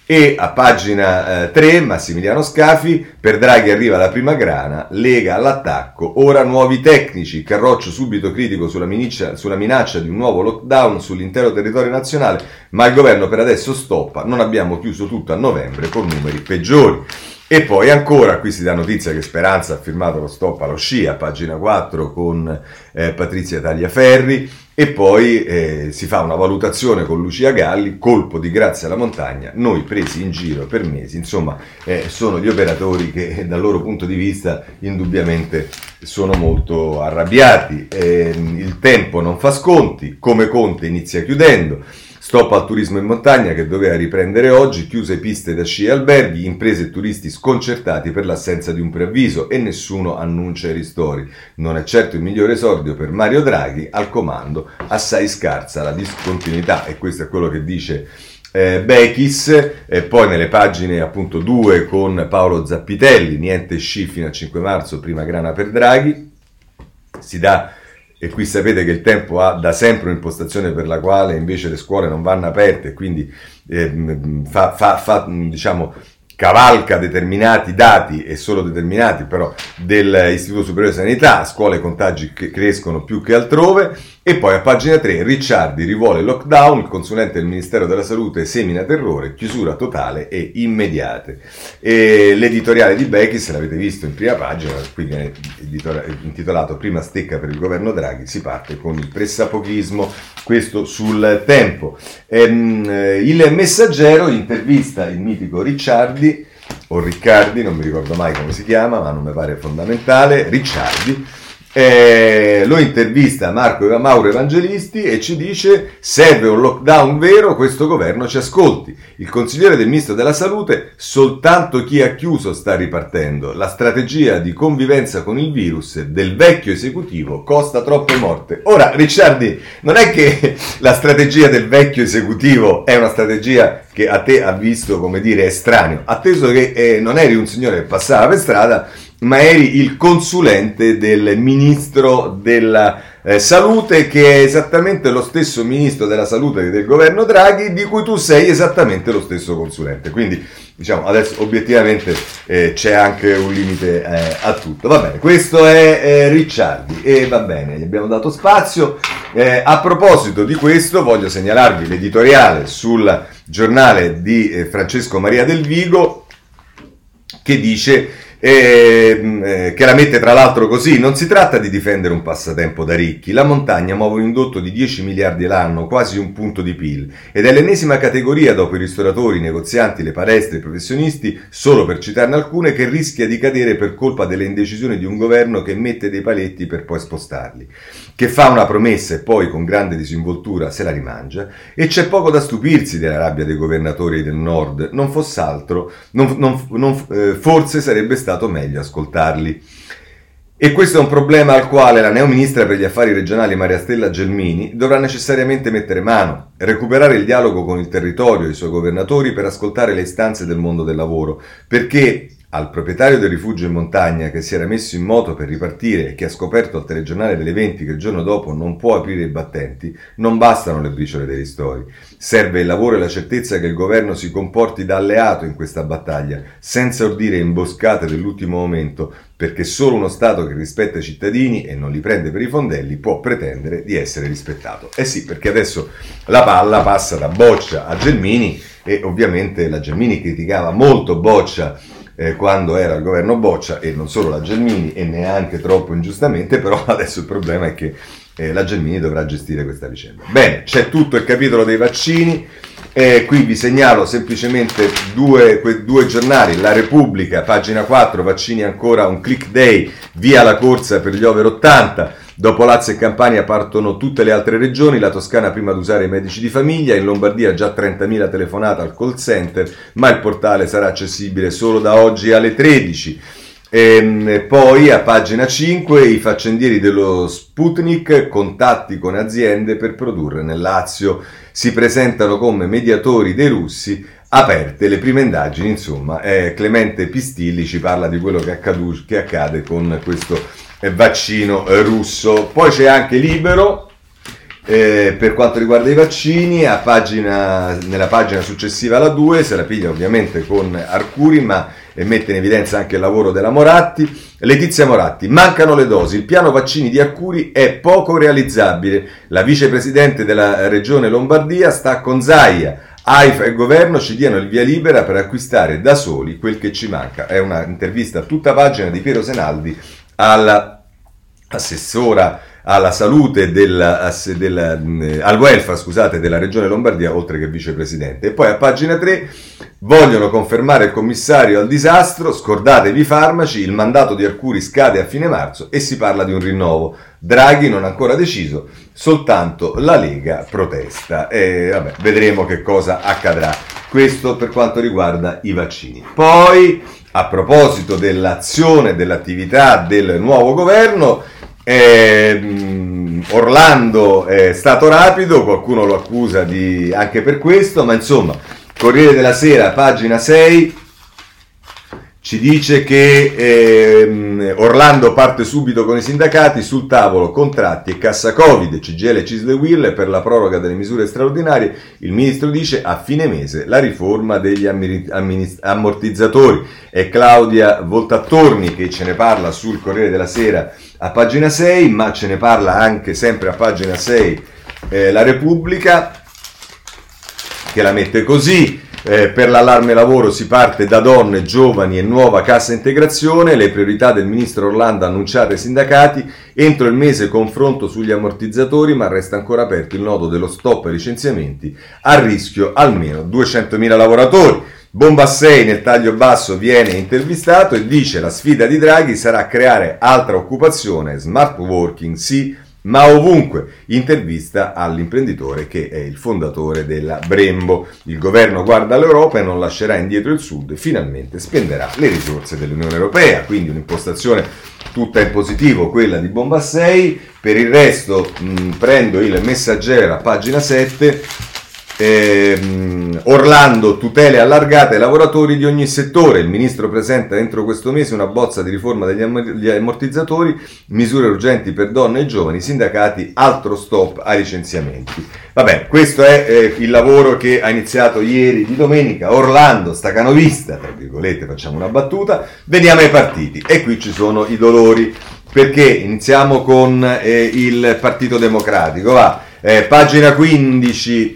E a pagina 3 Massimiliano Scafi, per Draghi arriva la prima grana, Lega all'attacco, ora nuovi tecnici, Carroccio subito critico sulla minaccia di un nuovo lockdown sull'intero territorio nazionale, ma il governo per adesso stoppa, non abbiamo chiuso tutto a novembre con numeri peggiori. E poi ancora, qui si dà notizia che Speranza ha firmato lo stop allo sci a pagina 4 con Patrizia Tagliaferri, e poi si fa una valutazione con Lucia Galli, colpo di grazia alla montagna, noi presi in giro per mesi. Insomma, sono gli operatori che dal loro punto di vista indubbiamente sono molto arrabbiati. Il tempo non fa sconti, come Conte inizia chiudendo. Stop al turismo in montagna che doveva riprendere oggi, chiuse piste da sci e alberghi, imprese e turisti sconcertati per l'assenza di un preavviso e nessuno annuncia i ristori. Non è certo il migliore esordio per Mario Draghi, al comando assai scarsa la discontinuità, e questo è quello che dice Bechis. Poi nelle pagine appunto 2 con Paolo Zappitelli, niente sci fino a 5 marzo, prima grana per Draghi, si dà. E qui sapete che il Tempo ha da sempre un'impostazione per la quale invece le scuole non vanno aperte, quindi diciamo, cavalca determinati dati, e solo determinati però, dell'Istituto Superiore di Sanità, scuole e contagi che crescono più che altrove. E poi a pagina 3 Ricciardi rivuole lockdown, il consulente del Ministero della Salute semina terrore, chiusura totale e immediate. E l'editoriale di Bechis l'avete visto in prima pagina, qui viene intitolato Prima stecca per il governo Draghi, si parte con il pressapochismo, questo sul Tempo. Il Messaggero intervista il mitico Ricciardi, o Riccardi, non mi ricordo mai come si chiama, ma non mi pare fondamentale, Ricciardi. Lo intervista Mauro Evangelisti e ci dice: serve un lockdown vero, questo governo ci ascolti. Il consigliere del ministro della salute: soltanto chi ha chiuso sta ripartendo, la strategia di convivenza con il virus del vecchio esecutivo costa troppe morte. Ora Ricciardi, non è che la strategia del vecchio esecutivo è una strategia che a te ha visto, come dire, estraneo, atteso che non eri un signore che passava per strada, ma eri il consulente del ministro della salute, che è esattamente lo stesso ministro della salute del governo Draghi, di cui tu sei esattamente lo stesso consulente. Quindi, diciamo, adesso obiettivamente c'è anche un limite a tutto. Va bene, questo è Ricciardi, e va bene, gli abbiamo dato spazio. A proposito di questo, voglio segnalarvi l'editoriale sul giornale di Francesco Maria Del Vigo, che dice... che la mette tra l'altro così: non si tratta di difendere un passatempo da ricchi, la montagna muove un indotto di 10 miliardi l'anno, quasi un punto di PIL, ed è l'ennesima categoria dopo i ristoratori, i negozianti, le palestre, i professionisti, solo per citarne alcune, che rischia di cadere per colpa delle indecisioni di un governo che mette dei paletti per poi spostarli, che fa una promessa e poi con grande disinvoltura se la rimangia. E c'è poco da stupirsi della rabbia dei governatori del nord, non fosse altro, forse sarebbe stato meglio ascoltarli. E questo è un problema al quale la neoministra per gli affari regionali Maria Stella Gelmini dovrà necessariamente mettere mano, recuperare il dialogo con il territorio e i suoi governatori per ascoltare le istanze del mondo del lavoro, perché al proprietario del rifugio in montagna che si era messo in moto per ripartire e che ha scoperto al telegiornale delle 20 che il giorno dopo non può aprire i battenti, non bastano le briciole dei ristori. Serve il lavoro e la certezza che il governo si comporti da alleato in questa battaglia, senza ordire imboscate dell'ultimo momento, perché solo uno Stato che rispetta i cittadini e non li prende per i fondelli può pretendere di essere rispettato. Eh sì, perché adesso la palla passa da Boccia a Gelmini, e ovviamente la Gelmini criticava molto Boccia quando era al governo Boccia, e non solo la Gelmini, e neanche troppo ingiustamente, però adesso il problema è che la Gelmini dovrà gestire questa vicenda. Bene, c'è tutto il capitolo dei vaccini. Qui vi segnalo semplicemente due giornali. La Repubblica, pagina 4, vaccini ancora un click day, via la corsa per gli over 80. Dopo Lazio e Campania partono tutte le altre regioni, la Toscana prima ad usare i medici di famiglia, in Lombardia già 30.000 telefonate al call center, ma il portale sarà accessibile solo da oggi alle 13. Poi a pagina 5 i faccendieri dello Sputnik, contatti con aziende per produrre nel Lazio, si presentano come mediatori dei russi, aperte le prime indagini. Insomma, Clemente Pistilli ci parla di quello che accade con questo vaccino russo. Poi c'è anche Libero, Per quanto riguarda i vaccini, nella pagina successiva alla 2 se la piglia ovviamente con Arcuri, ma mette in evidenza anche il lavoro della Moratti. Letizia Moratti: mancano le dosi, il piano vaccini di Arcuri è poco realizzabile, la vicepresidente della regione Lombardia sta con Zaia, AIFA e governo ci diano il via libera per acquistare da soli quel che ci manca. È una intervista a tutta pagina di Piero Senaldi all'assessora alla salute al welfare, scusate, della regione Lombardia, oltre che vicepresidente. E poi a pagina 3: vogliono confermare il commissario al disastro, scordatevi i farmaci, il mandato di Arcuri scade a fine marzo e si parla di un rinnovo. Draghi non ha ancora deciso, soltanto la Lega protesta. E vedremo che cosa accadrà. Questo per quanto riguarda i vaccini. Poi, a proposito dell'azione, dell'attività del nuovo governo, Orlando è stato rapido, qualcuno lo accusa anche per questo, ma insomma, Corriere della Sera, pagina 6, ci dice che Orlando parte subito con i sindacati, sul tavolo contratti e cassa Covid, CGIL, CISL e UIL per la proroga delle misure straordinarie. Il ministro dice a fine mese la riforma degli ammortizzatori. È Claudia Voltattorni che ce ne parla sul Corriere della Sera a pagina 6, ma ce ne parla anche sempre a pagina 6 la Repubblica, che la mette così. Per l'allarme lavoro si parte da donne, giovani e nuova cassa integrazione, le priorità del ministro Orlando annunciate ai sindacati, entro il mese confronto sugli ammortizzatori, ma resta ancora aperto il nodo dello stop ai licenziamenti, a rischio almeno 200.000 lavoratori. Bombassei nel taglio basso viene intervistato e dice la sfida di Draghi sarà creare altra occupazione, smart working sì, ma ovunque. Intervista all'imprenditore che è il fondatore della Brembo. Il governo guarda all'Europa e non lascerà indietro il Sud, finalmente spenderà le risorse dell'Unione Europea, quindi un'impostazione tutta in positivo quella di Bombassei. Per il resto prendo il Messaggero a pagina 7. Orlando, tutele allargate ai lavoratori di ogni settore. Il ministro presenta entro questo mese una bozza di riforma degli ammortizzatori, misure urgenti per donne e giovani, sindacati, altro stop ai licenziamenti. Vabbè, questo è il lavoro che ha iniziato ieri di domenica. Orlando, stacanovista, tra virgolette, facciamo una battuta. Veniamo ai partiti e qui ci sono i dolori, perché iniziamo con il Partito Democratico. Pagina 15.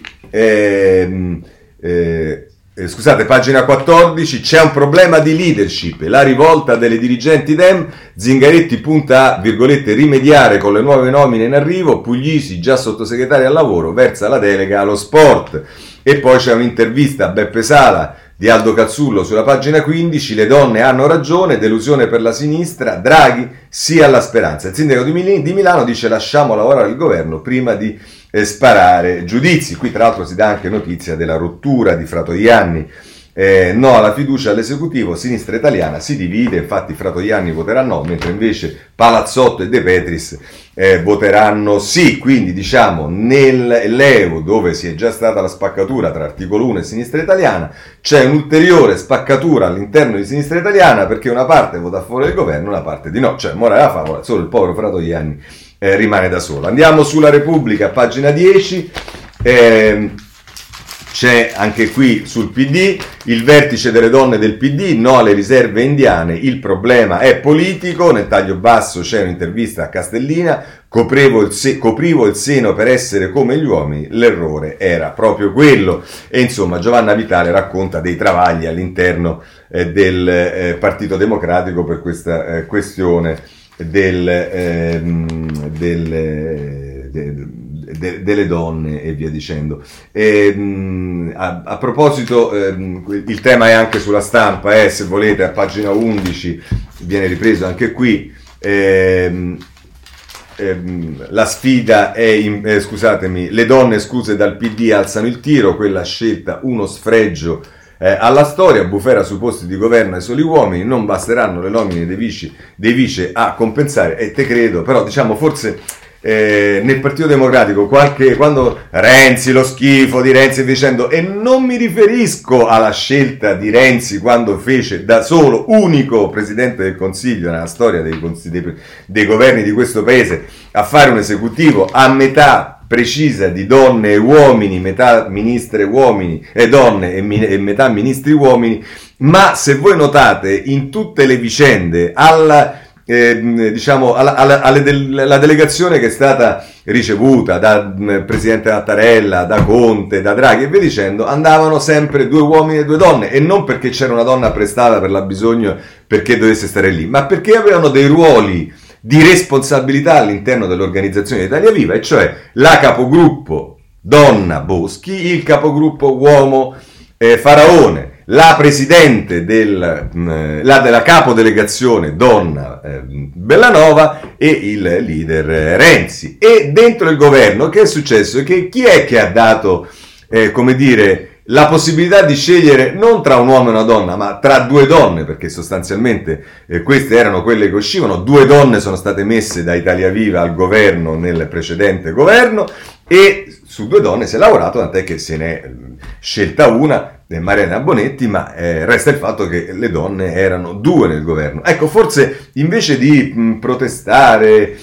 Scusate, pagina 14, c'è un problema di leadership, la rivolta delle dirigenti Dem, Zingaretti punta a, virgolette, rimediare con le nuove nomine in arrivo, Puglisi, già sottosegretario al lavoro, versa la delega allo sport. E poi c'è un'intervista a Beppe Sala di Aldo Cazzullo sulla pagina 15, le donne hanno ragione, delusione per la sinistra, Draghi sì alla speranza. Il sindaco di Milano dice lasciamo lavorare il governo prima di sparare giudizi. Qui tra l'altro si dà anche notizia della rottura di Fratoianni, no alla fiducia all'esecutivo, sinistra italiana si divide, infatti Fratoianni voterà no, mentre invece Palazzotto e De Petris voteranno sì. Quindi diciamo nell'EU, dove si è già stata la spaccatura tra articolo 1 e sinistra italiana, c'è un'ulteriore spaccatura all'interno di sinistra italiana, perché una parte vota a favore del governo, una parte di no, cioè morale la favola, solo il povero Fratoianni rimane da solo. Andiamo sulla Repubblica, pagina 10. C'è anche qui sul PD, il vertice delle donne del PD, no alle riserve indiane, il problema è politico. Nel taglio basso c'è un'intervista a Castellina, coprivo il seno per essere come gli uomini, l'errore era proprio quello. E insomma Giovanna Vitale racconta dei travagli all'interno del Partito Democratico per questa questione delle donne e via dicendo. A proposito, il tema è anche sulla Stampa, se volete, a pagina 11 viene ripreso anche qui. La sfida è, scusatemi, le donne escluse dal PD alzano il tiro, quella scelta uno sfregio alla storia, bufera sui posti di governo ai soli uomini, non basteranno le nomine dei vice a compensare, e te credo, però diciamo forse nel Partito Democratico quando Renzi, lo schifo di Renzi e dicendo, e non mi riferisco alla scelta di Renzi quando fece da solo, unico Presidente del Consiglio nella storia dei governi di questo paese, a fare un esecutivo a metà precisa di donne e uomini, metà ministre uomini e donne e metà ministri uomini, ma se voi notate in tutte le vicende alla delegazione che è stata ricevuta da Presidente Mattarella, da Conte, da Draghi e via dicendo, andavano sempre 2 uomini e 2 donne, e non perché c'era una donna prestata per l'abbisogno perché dovesse stare lì, ma perché avevano dei ruoli di responsabilità all'interno dell'organizzazione di Italia Viva, e cioè la capogruppo donna Boschi, il capogruppo uomo Faraone, la presidente della capodelegazione donna Bellanova e il leader Renzi. E dentro il governo che è successo? Che chi è che ha dato la possibilità di scegliere non tra un uomo e una donna, ma tra 2 donne, perché sostanzialmente queste erano quelle che uscivano. 2 donne sono state messe da Italia Viva al governo nel precedente governo, e su 2 donne si è lavorato, tant'è che se ne è scelta una, Mariana Bonetti, ma resta il fatto che le donne erano 2 nel governo. Ecco, forse invece di protestare,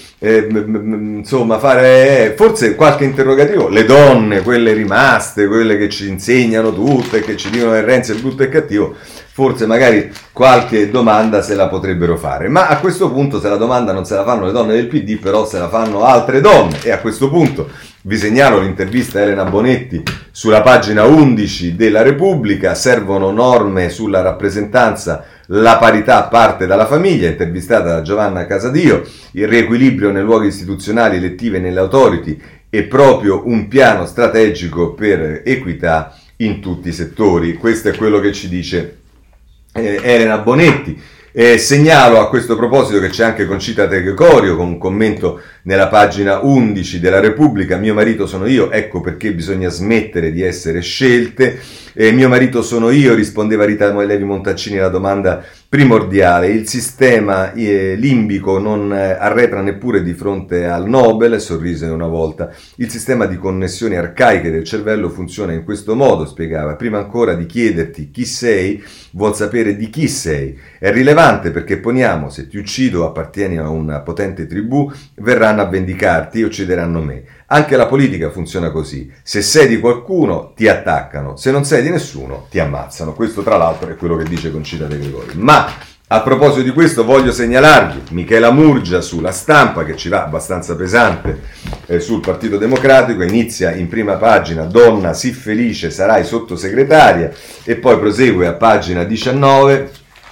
fare forse qualche interrogativo, le donne, quelle rimaste, quelle che ci insegnano tutte, che ci dicono che Renzi è brutto e cattivo, forse magari qualche domanda se la potrebbero fare. Ma a questo punto, se la domanda non se la fanno le donne del PD, però se la fanno altre donne, e a questo punto vi segnalo l'intervista a Elena Bonetti sulla pagina 11 della Repubblica. Servono norme sulla rappresentanza, la parità parte dalla famiglia, intervistata da Giovanna Casadio. Il riequilibrio nei luoghi istituzionali, elettivi e nelle authority è proprio un piano strategico per equità in tutti i settori. Questo è quello che ci dice Elena Bonetti. Segnalo a questo proposito che c'è anche Concita Gregorio con un commento nella pagina 11 della Repubblica. Mio marito sono io, ecco perché bisogna smettere di essere scelte. Mio marito sono io, rispondeva Rita Levi Montaccini alla domanda primordiale. Il sistema limbico non arretra neppure di fronte al Nobel, sorrise una volta. Il sistema di connessioni arcaiche del cervello funziona in questo modo, spiegava. Prima ancora di chiederti chi sei, vuol sapere di chi sei. È rilevante perché poniamo, se ti uccido appartieni a una potente tribù, verranno a vendicarti e uccideranno me. Anche la politica funziona così. Se sei di qualcuno ti attaccano, se non sei di nessuno ti ammazzano. Questo tra l'altro è quello che dice Concita De Gregori. Ma a proposito di questo voglio segnalarvi Michela Murgia sulla Stampa, che ci va abbastanza pesante sul Partito Democratico. Inizia in prima pagina: donna sì felice, sarai sottosegretaria, e poi prosegue a pagina 19.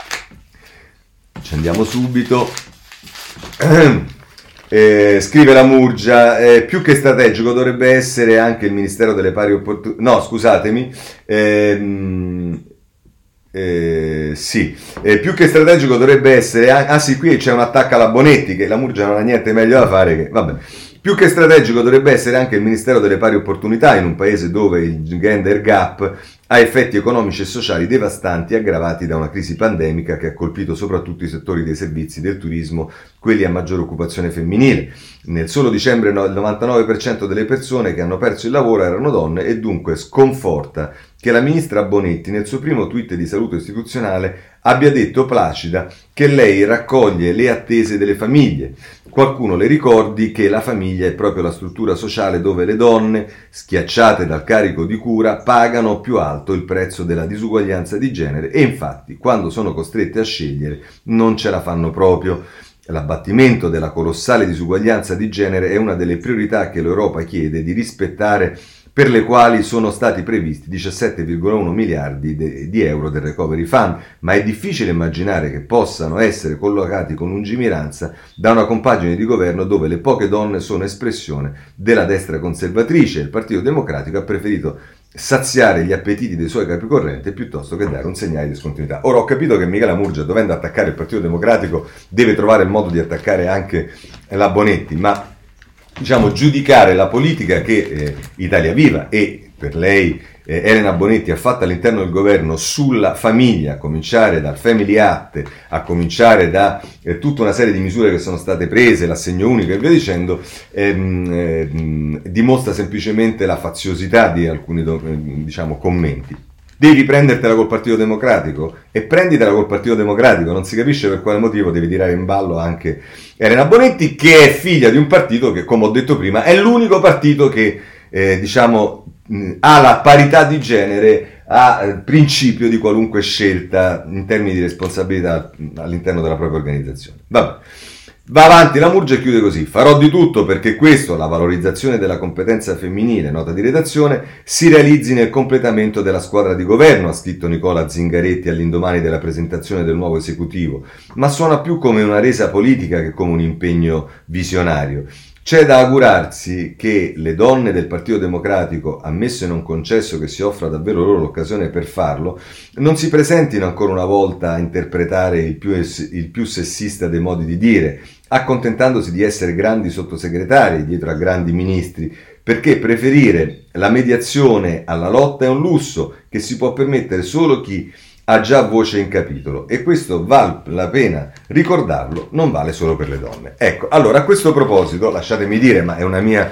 Ci andiamo subito. Scrive la Murgia, più che strategico dovrebbe essere anche il Ministero delle Pari Opportunità. No, scusatemi. Più che strategico dovrebbe essere. Sì, qui c'è un attacco alla Bonetti, che la Murgia non ha niente meglio da fare che. Vabbè. Più che strategico dovrebbe essere anche il Ministero delle Pari Opportunità, in un paese dove il gender gap ha effetti economici e sociali devastanti, aggravati da una crisi pandemica che ha colpito soprattutto i settori dei servizi, del turismo, quelli a maggiore occupazione femminile. Nel solo dicembre il 99% delle persone che hanno perso il lavoro erano donne, e dunque sconforta che la ministra Bonetti nel suo primo tweet di saluto istituzionale abbia detto placida che lei raccoglie le attese delle famiglie. Qualcuno le ricordi che la famiglia è proprio la struttura sociale dove le donne, schiacciate dal carico di cura, pagano più alto il prezzo della disuguaglianza di genere, e infatti quando sono costrette a scegliere non ce la fanno proprio. L'abbattimento della colossale disuguaglianza di genere è una delle priorità che l'Europa chiede di rispettare, per le quali sono stati previsti 17,1 miliardi di euro del Recovery Fund, ma è difficile immaginare che possano essere collocati con lungimiranza da una compagine di governo dove le poche donne sono espressione della destra conservatrice. Il Partito Democratico ha preferito saziare gli appetiti dei suoi capicorrente piuttosto che dare un segnale di discontinuità. Ora ho capito che Michela Murgia, dovendo attaccare il Partito Democratico, deve trovare il modo di attaccare anche la Bonetti, ma giudicare la politica che Italia Viva e per lei Elena Bonetti ha fatto all'interno del governo sulla famiglia, a cominciare dal Family Act, a cominciare da tutta una serie di misure che sono state prese, l'assegno unico e via dicendo, dimostra semplicemente la faziosità di alcuni commenti. Devi prendertela col Partito Democratico e prenditela col Partito Democratico, non si capisce per quale motivo devi tirare in ballo anche Elena Bonetti, che è figlia di un partito che, come ho detto prima, è l'unico partito che ha la parità di genere a principio di qualunque scelta in termini di responsabilità all'interno della propria organizzazione. Vabbè. Va avanti la Murgia e chiude così: farò di tutto perché questo, la valorizzazione della competenza femminile, nota di redazione, si realizzi nel completamento della squadra di governo, ha scritto Nicola Zingaretti all'indomani della presentazione del nuovo esecutivo, ma suona più come una resa politica che come un impegno visionario. C'è da augurarsi che le donne del Partito Democratico, ammesso e non concesso che si offra davvero loro l'occasione per farlo, non si presentino ancora una volta a interpretare il più sessista dei modi di dire, accontentandosi di essere grandi sottosegretari dietro a grandi ministri, perché preferire la mediazione alla lotta è un lusso che si può permettere solo chi ha già voce in capitolo, e questo vale la pena ricordarlo, non vale solo per le donne. Ecco, allora a questo proposito, lasciatemi dire, ma è una mia,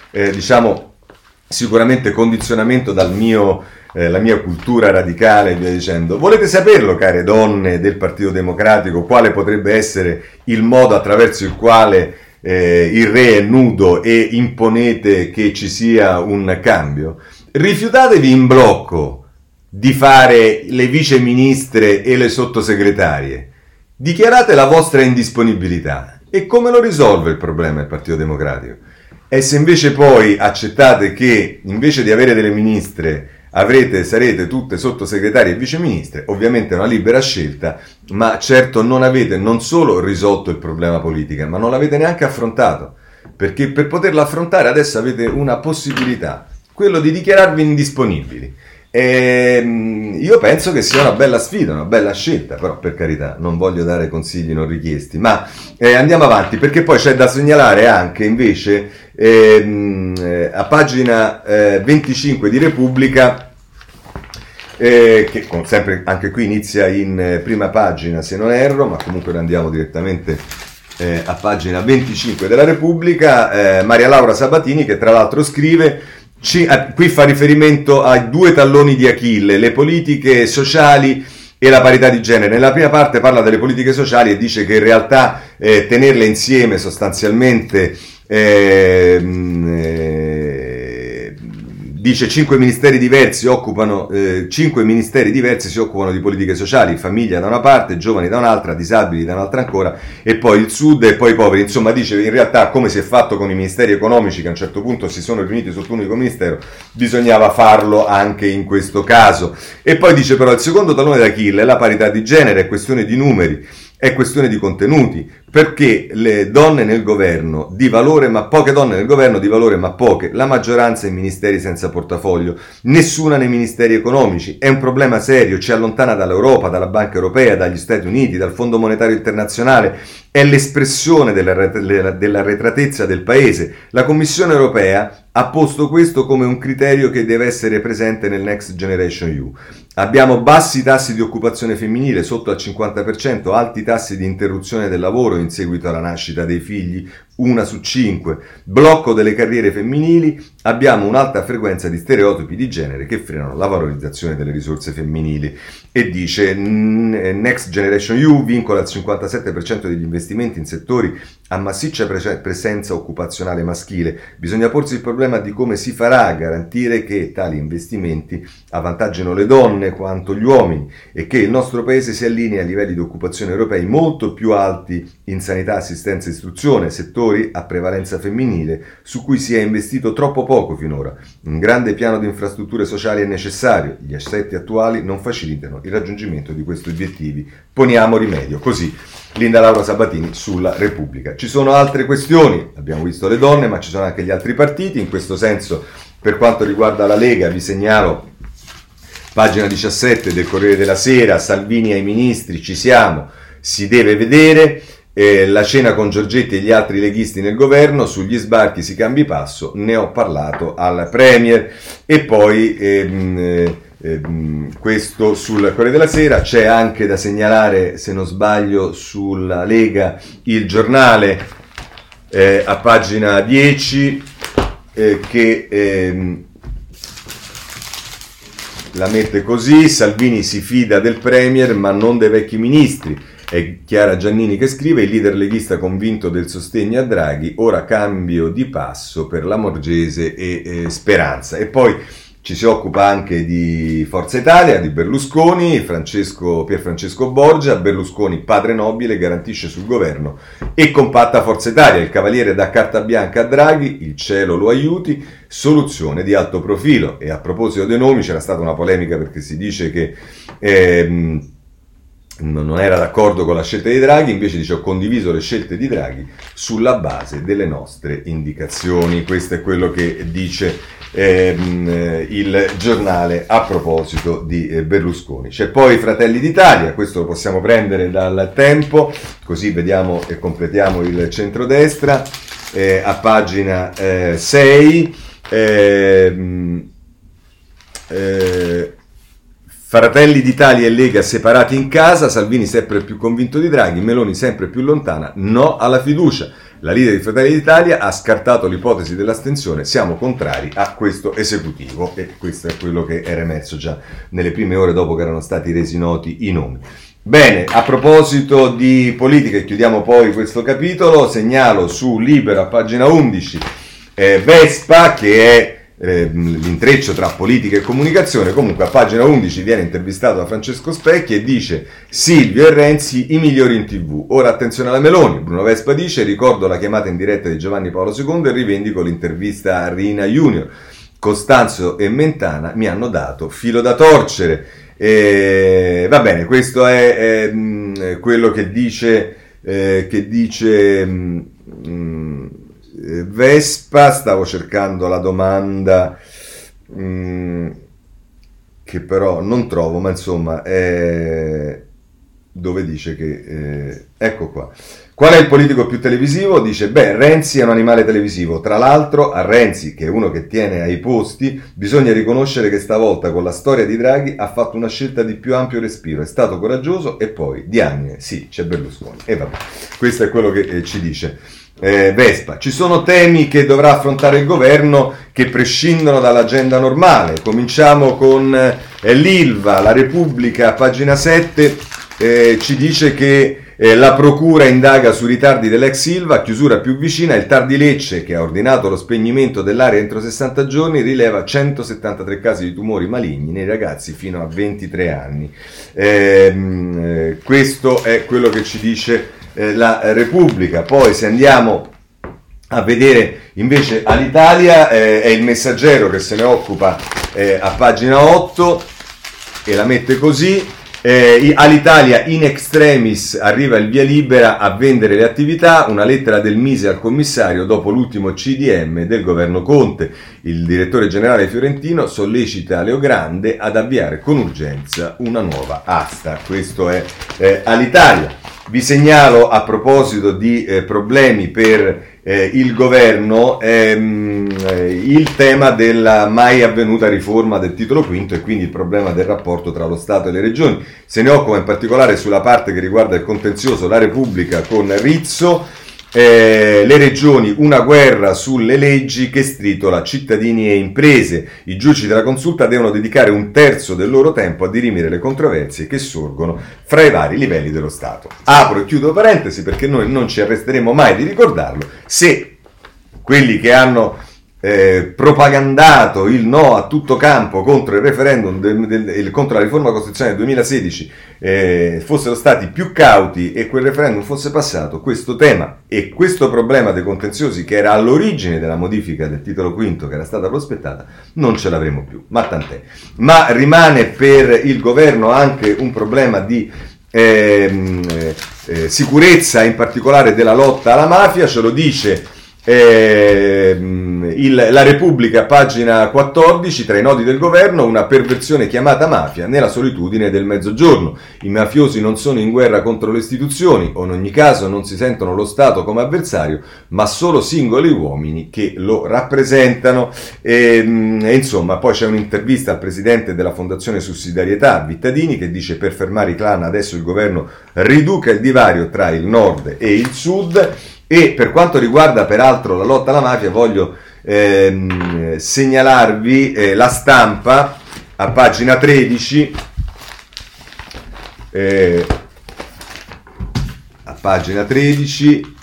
sicuramente condizionamento dal la mia cultura radicale e via dicendo. Volete saperlo, care donne del Partito Democratico, quale potrebbe essere il modo attraverso il quale il re è nudo e imponete che ci sia un cambio? Rifiutatevi in blocco di fare le viceministre e le sottosegretarie. Dichiarate la vostra indisponibilità. E come lo risolve il problema il Partito Democratico? E se invece poi accettate che invece di avere delle ministre sarete tutte sottosegretarie e viceministre, ovviamente è una libera scelta, ma certo non avete non solo risolto il problema politico, ma non l'avete neanche affrontato, perché per poterlo affrontare adesso avete una possibilità, quello di dichiararvi indisponibili. Io penso che sia una bella sfida, una bella scelta, però per carità non voglio dare consigli non richiesti, ma andiamo avanti, perché poi c'è da segnalare anche invece a pagina 25 di Repubblica, che sempre anche qui inizia in prima pagina se non erro, ma comunque andiamo direttamente a pagina 25 della Repubblica, Maria Laura Sabatini, che tra l'altro scrive: qui fa riferimento ai due talloni di Achille, le politiche sociali e la parità di genere. Nella prima parte parla delle politiche sociali e dice che in realtà tenerle insieme sostanzialmente dice 5 ministeri diversi si occupano di politiche sociali, famiglia da una parte, giovani da un'altra, disabili da un'altra ancora, e poi il sud e poi i poveri. Insomma, dice in realtà, come si è fatto con i ministeri economici che a un certo punto si sono riuniti sotto un unico ministero, bisognava farlo anche in questo caso. E poi dice però il secondo tallone d'Achille è la parità di genere, è questione di numeri, è questione di contenuti, perché le donne nel governo di valore, ma poche donne nel governo di valore, ma poche, la maggioranza in ministeri senza portafoglio, nessuna nei ministeri economici, è un problema serio, ci allontana dall'Europa, dalla Banca Europea, dagli Stati Uniti, dal Fondo Monetario Internazionale, è l'espressione dell'arretratezza del paese. La Commissione Europea ha posto questo come un criterio che deve essere presente nel Next Generation EU. Abbiamo bassi tassi di occupazione femminile, sotto al 50%, alti tassi di interruzione del lavoro in seguito alla nascita dei figli, 1 su 5, blocco delle carriere femminili, abbiamo un'alta frequenza di stereotipi di genere che frenano la valorizzazione delle risorse femminili. E dice Next Generation EU vincola il 57% degli investimenti in settori a massiccia presenza occupazionale maschile. Bisogna porsi il problema di come si farà a garantire che tali investimenti avvantaggino le donne quanto gli uomini e che il nostro paese si allinei a livelli di occupazione europei molto più alti in sanità, assistenza e istruzione, settori a prevalenza femminile su cui si è investito troppo poco finora. Un grande piano di infrastrutture sociali è necessario, gli assetti attuali non facilitano il raggiungimento di questi obiettivi. Poniamo rimedio. Così Linda Laura Sabatini sulla Repubblica. Ci sono altre questioni, abbiamo visto le donne, ma ci sono anche gli altri partiti. In questo senso, per quanto riguarda la Lega, vi segnalo pagina 17 del Corriere della Sera: Salvini ai ministri, ci siamo, si deve vedere. La cena con Giorgetti e gli altri leghisti nel governo, sugli sbarchi si cambi passo, ne ho parlato al Premier. E poi questo sul Corriere della Sera. C'è anche da segnalare, se non sbaglio, sulla Lega Il Giornale, a pagina 10, che la mette così: Salvini si fida del Premier ma non dei vecchi ministri. È Chiara Giannini che scrive: il leader leghista convinto del sostegno a Draghi, ora cambio di passo per Lamorgese e Speranza. E poi ci si occupa anche di Forza Italia, di Berlusconi, Pierfrancesco Borgia. Berlusconi, padre nobile, garantisce sul governo e compatta Forza Italia. Il cavaliere dà carta bianca a Draghi, il cielo lo aiuti, soluzione di alto profilo. E a proposito dei nomi, c'era stata una polemica perché si dice che non era d'accordo con la scelta di Draghi, invece dice: ho condiviso le scelte di Draghi sulla base delle nostre indicazioni. Questo è quello che dice il giornale a proposito di Berlusconi. C'è poi Fratelli d'Italia, questo lo possiamo prendere dal Tempo, così vediamo e completiamo il centrodestra, a pagina 6. Fratelli d'Italia e Lega separati in casa, Salvini sempre più convinto di Draghi, Meloni sempre più lontana, no alla fiducia. La leader di Fratelli d'Italia ha scartato l'ipotesi dell'astensione, siamo contrari a questo esecutivo, e questo è quello che era emerso già nelle prime ore dopo che erano stati resi noti i nomi. Bene, a proposito di politica, e chiudiamo poi questo capitolo, segnalo su Libero a pagina 11 Vespa, che è l'intreccio tra politica e comunicazione. Comunque a pagina 11 viene intervistato da Francesco Specchi e dice: Silvio e Renzi i migliori in TV, ora attenzione alla Meloni. Bruno Vespa dice: ricordo la chiamata in diretta di Giovanni Paolo II e rivendico l'intervista a Rina Junior. Costanzo e Mentana mi hanno dato filo da torcere. Va bene, questo è quello che dice Vespa. Stavo cercando la domanda che però non trovo, ma insomma dove dice che ecco qua. Qual è il politico più televisivo? Dice: Renzi è un animale televisivo. Tra l'altro a Renzi, che è uno che tiene ai posti, bisogna riconoscere che stavolta con la storia di Draghi ha fatto una scelta di più ampio respiro, è stato coraggioso. E poi diamine, sì, c'è Berlusconi. E vabbè, questo è quello che ci dice Vespa. Ci sono temi che dovrà affrontare il governo che prescindono dall'agenda normale. Cominciamo con l'Ilva. La Repubblica, pagina 7, ci dice che la procura indaga sui ritardi dell'ex Ilva, chiusura più vicina. Il TAR di Lecce, che ha ordinato lo spegnimento dell'area entro 60 giorni, rileva 173 casi di tumori maligni nei ragazzi fino a 23 anni. Questo è quello che ci dice la Repubblica. Poi se andiamo a vedere invece all'Italia, è il Messaggero che se ne occupa a pagina 8 e la mette così: all'Italia in extremis arriva il via libera a vendere le attività, una lettera del Mise al commissario dopo l'ultimo CDM del governo Conte. Il direttore generale fiorentino sollecita Leo Grande ad avviare con urgenza una nuova asta. Questo è all'Italia. Vi segnalo, a proposito di problemi per il governo, il tema della mai avvenuta riforma del titolo quinto e quindi il problema del rapporto tra lo Stato e le regioni. Se ne occupa in particolare sulla parte che riguarda il contenzioso La Repubblica con Rizzo. Le regioni, una guerra sulle leggi che stritola cittadini e imprese. I giudici della consulta devono dedicare un terzo del loro tempo a dirimere le controversie che sorgono fra i vari livelli dello Stato. Apro e chiudo parentesi perché noi non ci arresteremo mai di ricordarlo. Se quelli che hanno propagandato il no a tutto campo contro il referendum contro la riforma costituzionale del 2016 fossero stati più cauti e quel referendum fosse passato, questo tema e questo problema dei contenziosi che era all'origine della modifica del titolo quinto che era stata prospettata non ce l'avremo più, ma tant'è. Ma rimane per il governo anche un problema di sicurezza, in particolare della lotta alla mafia. Ce lo dice la Repubblica, pagina 14, tra i nodi del governo, una perversione chiamata mafia nella solitudine del mezzogiorno. I mafiosi non sono in guerra contro le istituzioni, o in ogni caso non si sentono lo Stato come avversario, ma solo singoli uomini che lo rappresentano. Insomma, poi c'è un'intervista al presidente della Fondazione Sussidiarietà, Vittadini, che dice: per fermare i clan adesso il governo riduca il divario tra il nord e il sud. E per quanto riguarda peraltro la lotta alla mafia, voglio segnalarvi La Stampa a pagina 13, a pagina 13,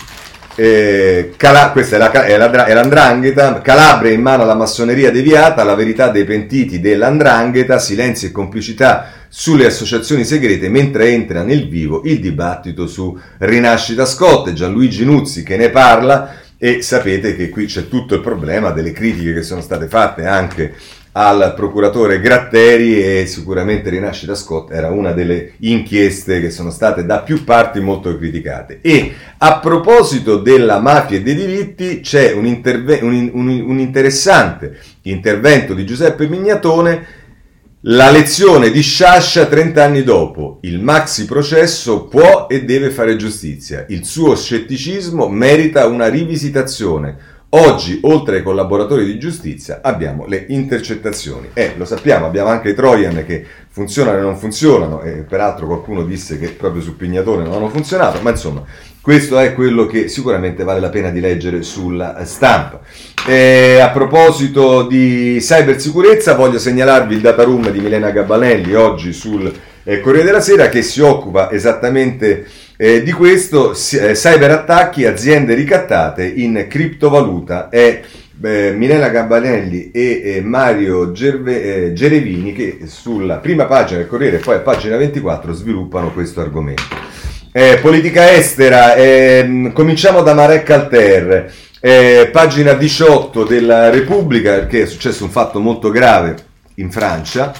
questa è l'Andrangheta. Calabria in mano alla massoneria deviata, la verità dei pentiti dell'Andrangheta, silenzio e complicità sulle associazioni segrete, mentre entra nel vivo il dibattito su Rinascita Scott. Gianluigi Nuzzi che ne parla, e sapete che qui c'è tutto il problema delle critiche che sono state fatte anche al procuratore Gratteri, e sicuramente Rinascita Scott era una delle inchieste che sono state da più parti molto criticate. E a proposito della mafia e dei diritti c'è un interessante intervento di Giuseppe Mignatone. La lezione di Sciascia 30 anni dopo: il maxi processo può e deve fare giustizia, il suo scetticismo merita una rivisitazione. Oggi, oltre ai collaboratori di giustizia, abbiamo le intercettazioni. Lo sappiamo, abbiamo anche i Trojan che funzionano e non funzionano, e peraltro qualcuno disse che proprio su Pignatone non hanno funzionato, ma insomma, questo è quello che sicuramente vale la pena di leggere sulla stampa. A proposito di cybersicurezza, voglio segnalarvi il data room di Milena Gabanelli oggi sul Corriere della Sera, che si occupa esattamente di questo. Cyberattacchi, aziende ricattate in criptovaluta. È Milena Gabanelli e Mario Gerevini che sulla prima pagina del Corriere e poi a pagina 24 sviluppano questo argomento. Politica estera, cominciamo da Marek Alter, pagina 18 della Repubblica, perché è successo un fatto molto grave in Francia.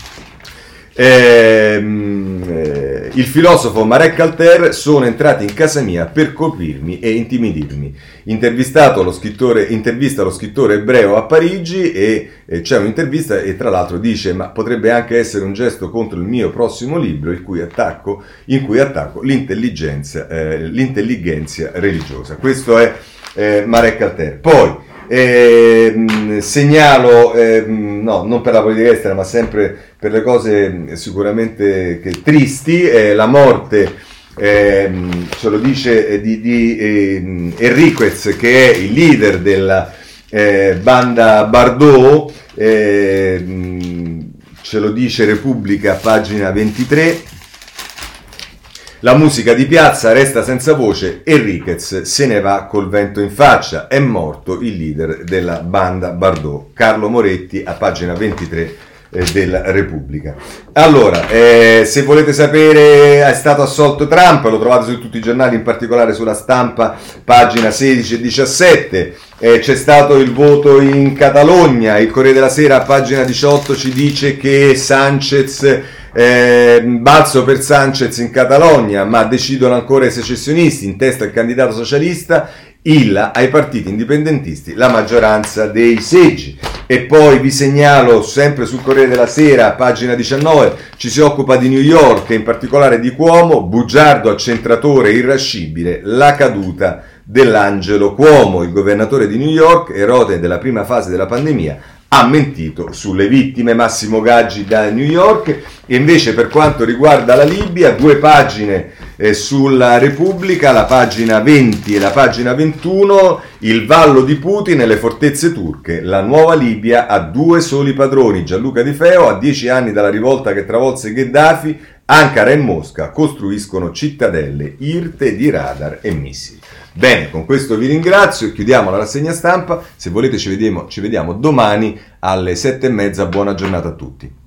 Il filosofo Marek Alter: sono entrati in casa mia per colpirmi e intimidirmi. Intervista lo scrittore ebreo a Parigi, e c'è un'intervista e tra l'altro dice: ma potrebbe anche essere un gesto contro il mio prossimo libro in cui attacco l'intelligenza religiosa. Questo è Marek Alter. Poi segnalo, no, non per la politica estera, ma sempre per le cose sicuramente tristi, la morte, ce lo dice, di Enriquez, che è il leader della banda Bardot, ce lo dice Repubblica, pagina 23. La musica di piazza resta senza voce, Enriquez se ne va col vento in faccia, è morto il leader della banda Bardot. Carlo Moretti a pagina 23 della Repubblica. Allora, se volete sapere, è stato assolto Trump, lo trovate su tutti i giornali, in particolare sulla Stampa, pagina 16 e 17. C'è stato il voto in Catalogna, il Corriere della Sera a pagina 18 ci dice che Sánchez, balzo per Sánchez in Catalogna, ma decidono ancora i secessionisti, in testa il candidato socialista, Illa ai partiti indipendentisti la maggioranza dei seggi. E poi vi segnalo, sempre sul Corriere della Sera, pagina 19, ci si occupa di New York e in particolare di Cuomo, bugiardo accentratore irascibile, la caduta dell'angelo Cuomo. Il governatore di New York, eroe della prima fase della pandemia, ha mentito sulle vittime. Massimo Gaggi da New York. E invece per quanto riguarda la Libia, 2 pagine sulla Repubblica, la pagina 20 e la pagina 21, il vallo di Putin e le fortezze turche, la nuova Libia ha 2 soli padroni, Gianluca Di Feo, a 10 anni dalla rivolta che travolse Gheddafi, Ankara e Mosca costruiscono cittadelle irte di radar e missili. Bene, con questo vi ringrazio, chiudiamo la rassegna stampa, se volete ci vediamo domani alle 7:30, buona giornata a tutti.